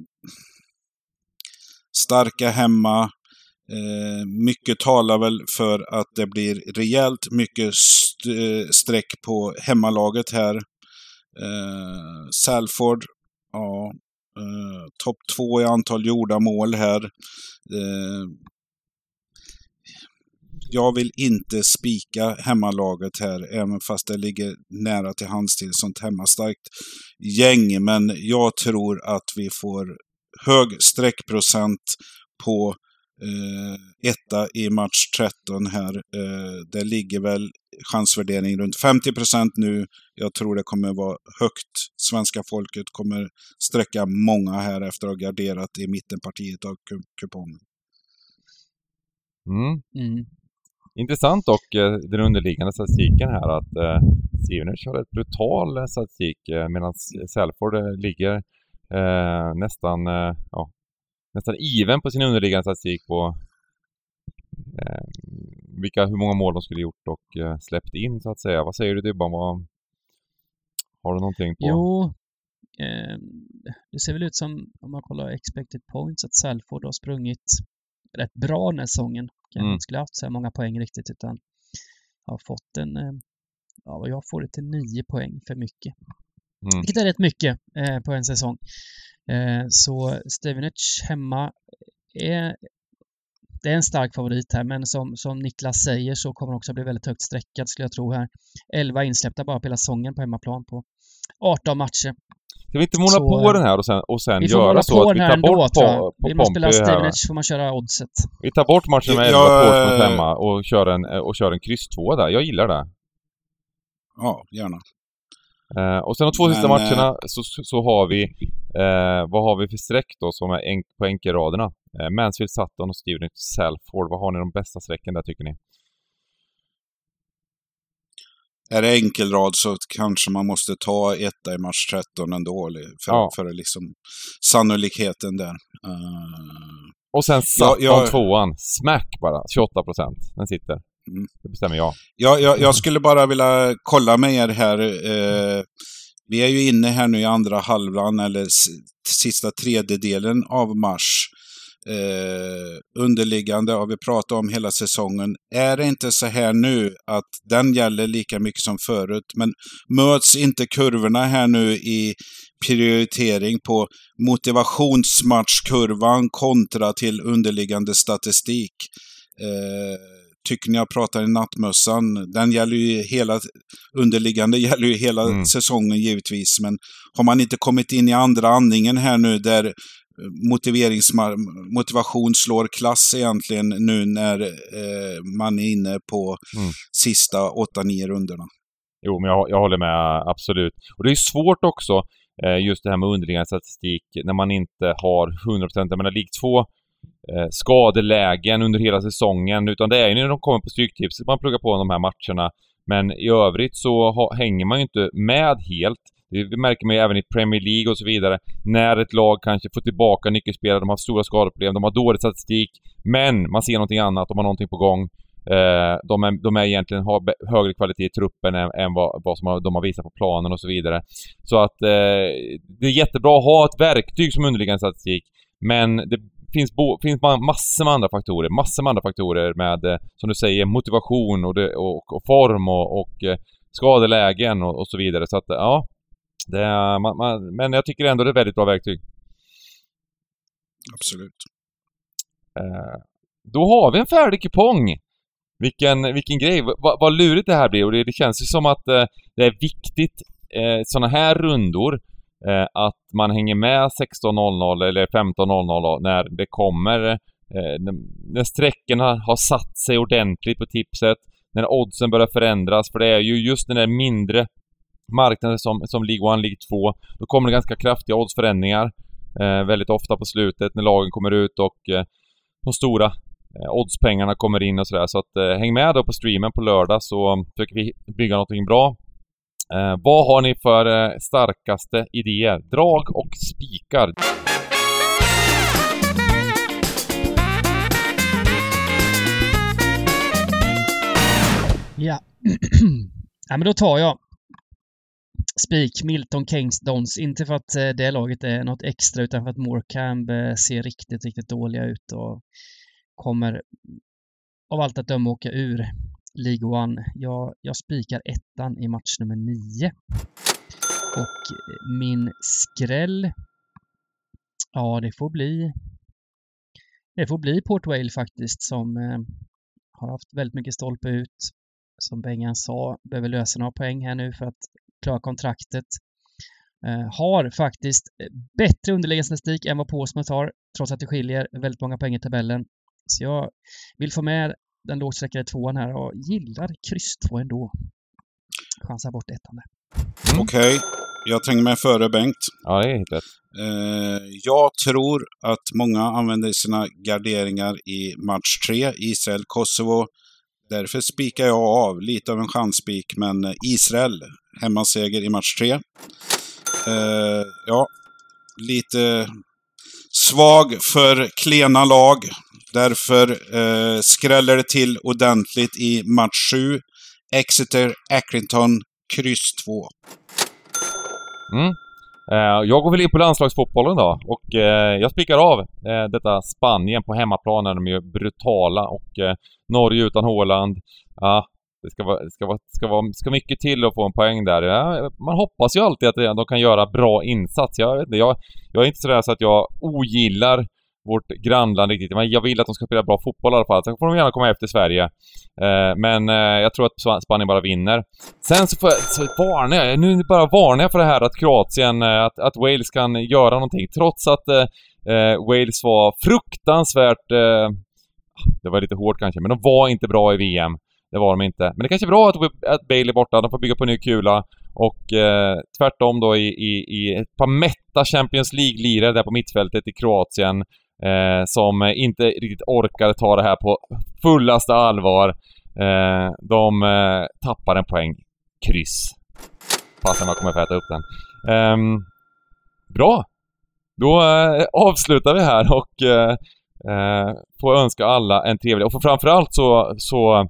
starka hemma. Eh, mycket talar väl för att det blir rejält mycket st- streck på hemmalaget här. Eh, Salford, ja, eh, topp två i antal gjorda mål här. Eh, jag vill inte spika hemmalaget här, även fast det ligger nära till hands till sånt hemmastarkt gäng. Men jag tror att vi får hög streckprocent på eh, etta i match tretton här. Eh, det ligger väl chansvärdering runt femtio procent nu. Jag tror det kommer vara högt. Svenska folket kommer sträcka många här efter att ha garderat i mittenpartiet av kupongen. Mm. Mm. Intressant dock eh, den underliggande statistiken här att eh, Stevenage har ett brutal statistik eh, medan Salford eh, ligger eh, nästan eh, ja, nästan even på sin underliggande statistik på eh, vilka, hur många mål de skulle gjort och eh, släppt in så att säga. Vad säger du Dybban? Vad, har du någonting på? Jo, eh, det ser väl ut som om man kollar expected points att Salford har sprungit rätt bra den här säsongen. Jag mm. skulle haft så här många poäng riktigt, utan har fått en, ja, jag får det till nio poäng för mycket. Mm. Vilket är rätt mycket eh, på en säsong. Eh, så Stevenage hemma är, det är en stark favorit här, men som, som Niklas säger så kommer också bli väldigt högt sträckad skulle jag tro här. elva insläppta bara på hela säsongen på hemmaplan på arton matcher. Ska vi inte måla så, på den här och sen, och sen göra så att vi tar ändå, bort på, på vi måste spela Stevenage får man köra oddset. Vi tar bort matchen med elva Portsmouth hemma och kör en, och kör en kryss två där. Jag gillar det. Ja, gärna. Eh, och sen de två Men, sista matcherna eh, så, så har vi eh, vad har vi för streck då som är enk, på enkelraderna? Eh, Mansfield, Sutton och Stevenage, Salford. Vad har ni de bästa strecken där tycker ni? Är det enkelrad så kanske man måste ta etta i match tretton ändå för, ja. för liksom sannolikheten där. Uh, och sen Sutton jag, jag, tvåan. Smack bara. tjugoåtta procent. Den sitter. Mm. Det bestämmer jag. Ja, jag. Jag skulle bara vilja kolla med er här. Uh, vi är ju inne här nu i andra halvan eller s- sista tredjedelen av mars. eh, underliggande har vi pratat om hela säsongen. Är det inte så här nu att den gäller lika mycket som förut, men möts inte kurvorna här nu i prioritering på motivationsmatchkurvan kontra till underliggande statistik? Eh, tycker ni jag pratar i nattmössan? Den gäller ju hela, underliggande gäller ju hela mm. säsongen givetvis, men har man inte kommit in i andra andningen här nu där motivation slår klass egentligen nu när eh, man är inne på mm. sista åtta nio rundorna? Jo, men jag, jag håller med, absolut. Och det är svårt också, eh, just det här med underliggande statistik, när man inte har hundra procent. Jag menar, League två eh, skadelägen under hela säsongen, utan det är ju när de kommer på Stryktips man pluggar på de här matcherna. Men i övrigt så ha, hänger man ju inte med helt. Det märker man ju även i Premier League och så vidare. När ett lag kanske får tillbaka nyckelspelare, de har stora skadeproblem, de har dålig statistik, men man ser någonting annat, de har någonting på gång. Eh, de, är, de är egentligen har högre kvalitet i truppen än, än vad, vad som har, de har visat på planen och så vidare. Så att eh, det är jättebra att ha ett verktyg som underliggande statistik, men det finns, bo, finns massor med andra faktorer, massor med andra faktorer med, eh, som du säger, motivation och, det, och, och form och, och eh, skadelägen och, och så vidare. Så att ja, det är, man, man, men jag tycker ändå det är ett väldigt bra verktyg. Absolut. Eh, då har vi en färdig kupong. Vilken, vilken grej. Va, vad lurigt det här blir. Och det, det känns ju som att eh, det är viktigt eh, såna här rundor eh, att man hänger med sexton noll noll eller femton noll noll när det kommer eh, när, när sträckorna har satt sig ordentligt på tipset, när oddsen börjar förändras, för det är ju just den där mindre marknaden som, som League ett, League två, då kommer det ganska kraftiga oddsförändringar eh, väldigt ofta på slutet när lagen kommer ut och eh, de stora eh, oddspengarna kommer in och sådär. Så att eh, häng med då på streamen på lördag, så försöker vi bygga någonting bra. Eh, vad har ni för eh, starkaste idéer? Drag och spikar. Ja. Ja, men då tar jag spik Milton Keynes Dons. Inte för att det laget är något extra, utan för att Morecambe ser riktigt, riktigt dåliga ut och kommer av allt att döma åka ur League ett. Jag, jag spikar ettan i match nummer nio. Och min skräll, ja, det får bli det får bli Port Vale faktiskt, som eh, har haft väldigt mycket stolpe ut. Som Bengan sa, behöver lösa några poäng här nu för att klara kontraktet. Eh, har faktiskt bättre underliggande statistik än vad Portsmouth har, trots att det skiljer väldigt många poäng i tabellen. Så jag vill få med den lågsträckade tvåan här och gillar kryss två ändå. Chansar bort ettan där. Mm. Okej, okay. Jag tränger mig före Bengt. Ja, det är helt rätt. Eh, jag tror att många använder sina garderingar i match tre, Israel-Kosovo. Därför spikar jag av lite av en chansspik, men Israel hemmaseger i match tre. Eh, ja, lite svag för klena lag. Därför eh, skräller det till ordentligt i match sju. Exeter, Accrington, kryss två. Mm. Eh, jag går väl in på landslagsfotbollen då. Och eh, jag spikar av eh, detta Spanien på hemmaplan när de är brutala. Och eh, Norge utan Haaland. Ja, det ska vara, det ska vara, ska vara ska mycket till att få en poäng där. Ja, man hoppas ju alltid att de kan göra bra insats. Jag, vet inte, jag, jag är inte sådär så att jag ogillar vårt grannland riktigt. Men jag vill att de ska spela bra fotboll i alla fall. Sen får de gärna komma efter Sverige. Eh, men eh, jag tror att Spanien bara vinner. Sen så, får jag, så varnar jag. Nu bara varnar jag för det här att Kroatien, eh, att, att Wales kan göra någonting. Trots att eh, Wales var fruktansvärt... Eh, det var lite hårt kanske, men de var inte bra i V M. Det var de inte. Men det kanske är bra att, att Bale är borta. De får bygga på en ny kula. Och eh, tvärtom då i, i, i ett par mätta Champions League-lirare där på mittfältet i Kroatien. Eh, som inte riktigt orkar ta det här på fullaste allvar. Eh, de eh, tappar en poäng. Kryss. Fastän man kommer att äta upp den. Eh, bra. Då eh, avslutar vi här och eh, eh, får önska alla en trevlig... Och för framförallt så, så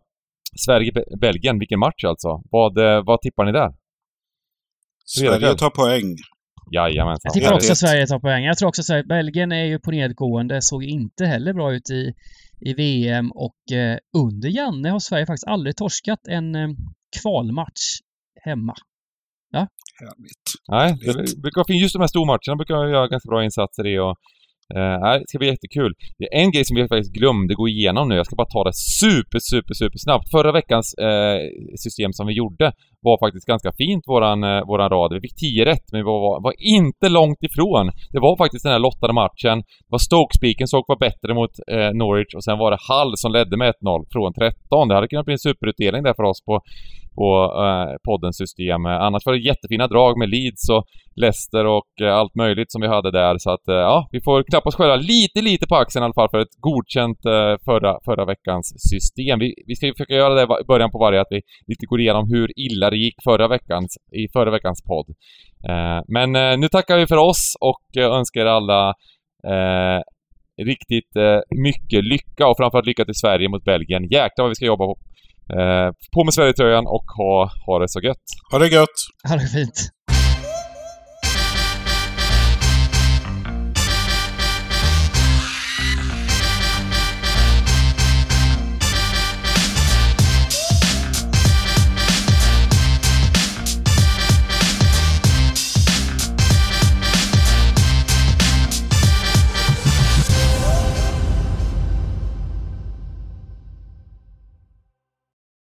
Sverige-Belgien, vilken match alltså. Vad, eh, vad tippar ni där? Sverige tar poäng. Jajamensan. Jag tippar Ja, också det- Sverige tar poäng. Jag tror också Sverige. Belgien är ju på nedgående. Såg inte heller bra ut i, i V M. Och eh, under Janne har Sverige faktiskt aldrig torskat en eh, kvalmatch hemma. Härligt. Nej, det brukar vara fint. Just de här stormatcherna brukar jag göra ganska bra insatser i och eh, nej, det ska bli jättekul. Det är en grej som vi faktiskt glömde gå igenom nu. Jag ska bara ta det super, super, super snabbt. Förra veckans eh, system som vi gjorde var faktiskt ganska fint, våran, eh, våran rad. Vi fick tio rätt, men vi var, var inte långt ifrån. Det var faktiskt den här lottade matchen. Det var Stoke-spiken som var bättre mot eh, Norwich och sen var det Hull som ledde med ett noll från tretton. Det hade kunnat bli en superutdelning där för oss på på eh, poddens system. Annars var det jättefina drag med Leeds och Leicester och eh, allt möjligt som vi hade där. Så att eh, ja, vi får klappa oss själva lite, lite på axeln i alla fall för ett godkänt eh, förra, förra veckans system. Vi, vi ska ju försöka göra det i början på varje, att vi lite går igenom hur illa det gick förra veckans, i förra veckans podd. Eh, men eh, nu tackar vi för oss och eh, önskar er alla eh, riktigt eh, mycket lycka och framförallt lycka till Sverige mot Belgien. Jäklar vad vi ska jobba på. Eh, på med Sverigetröjan och ha, ha det så gött. Ha det gött! Ha det fint.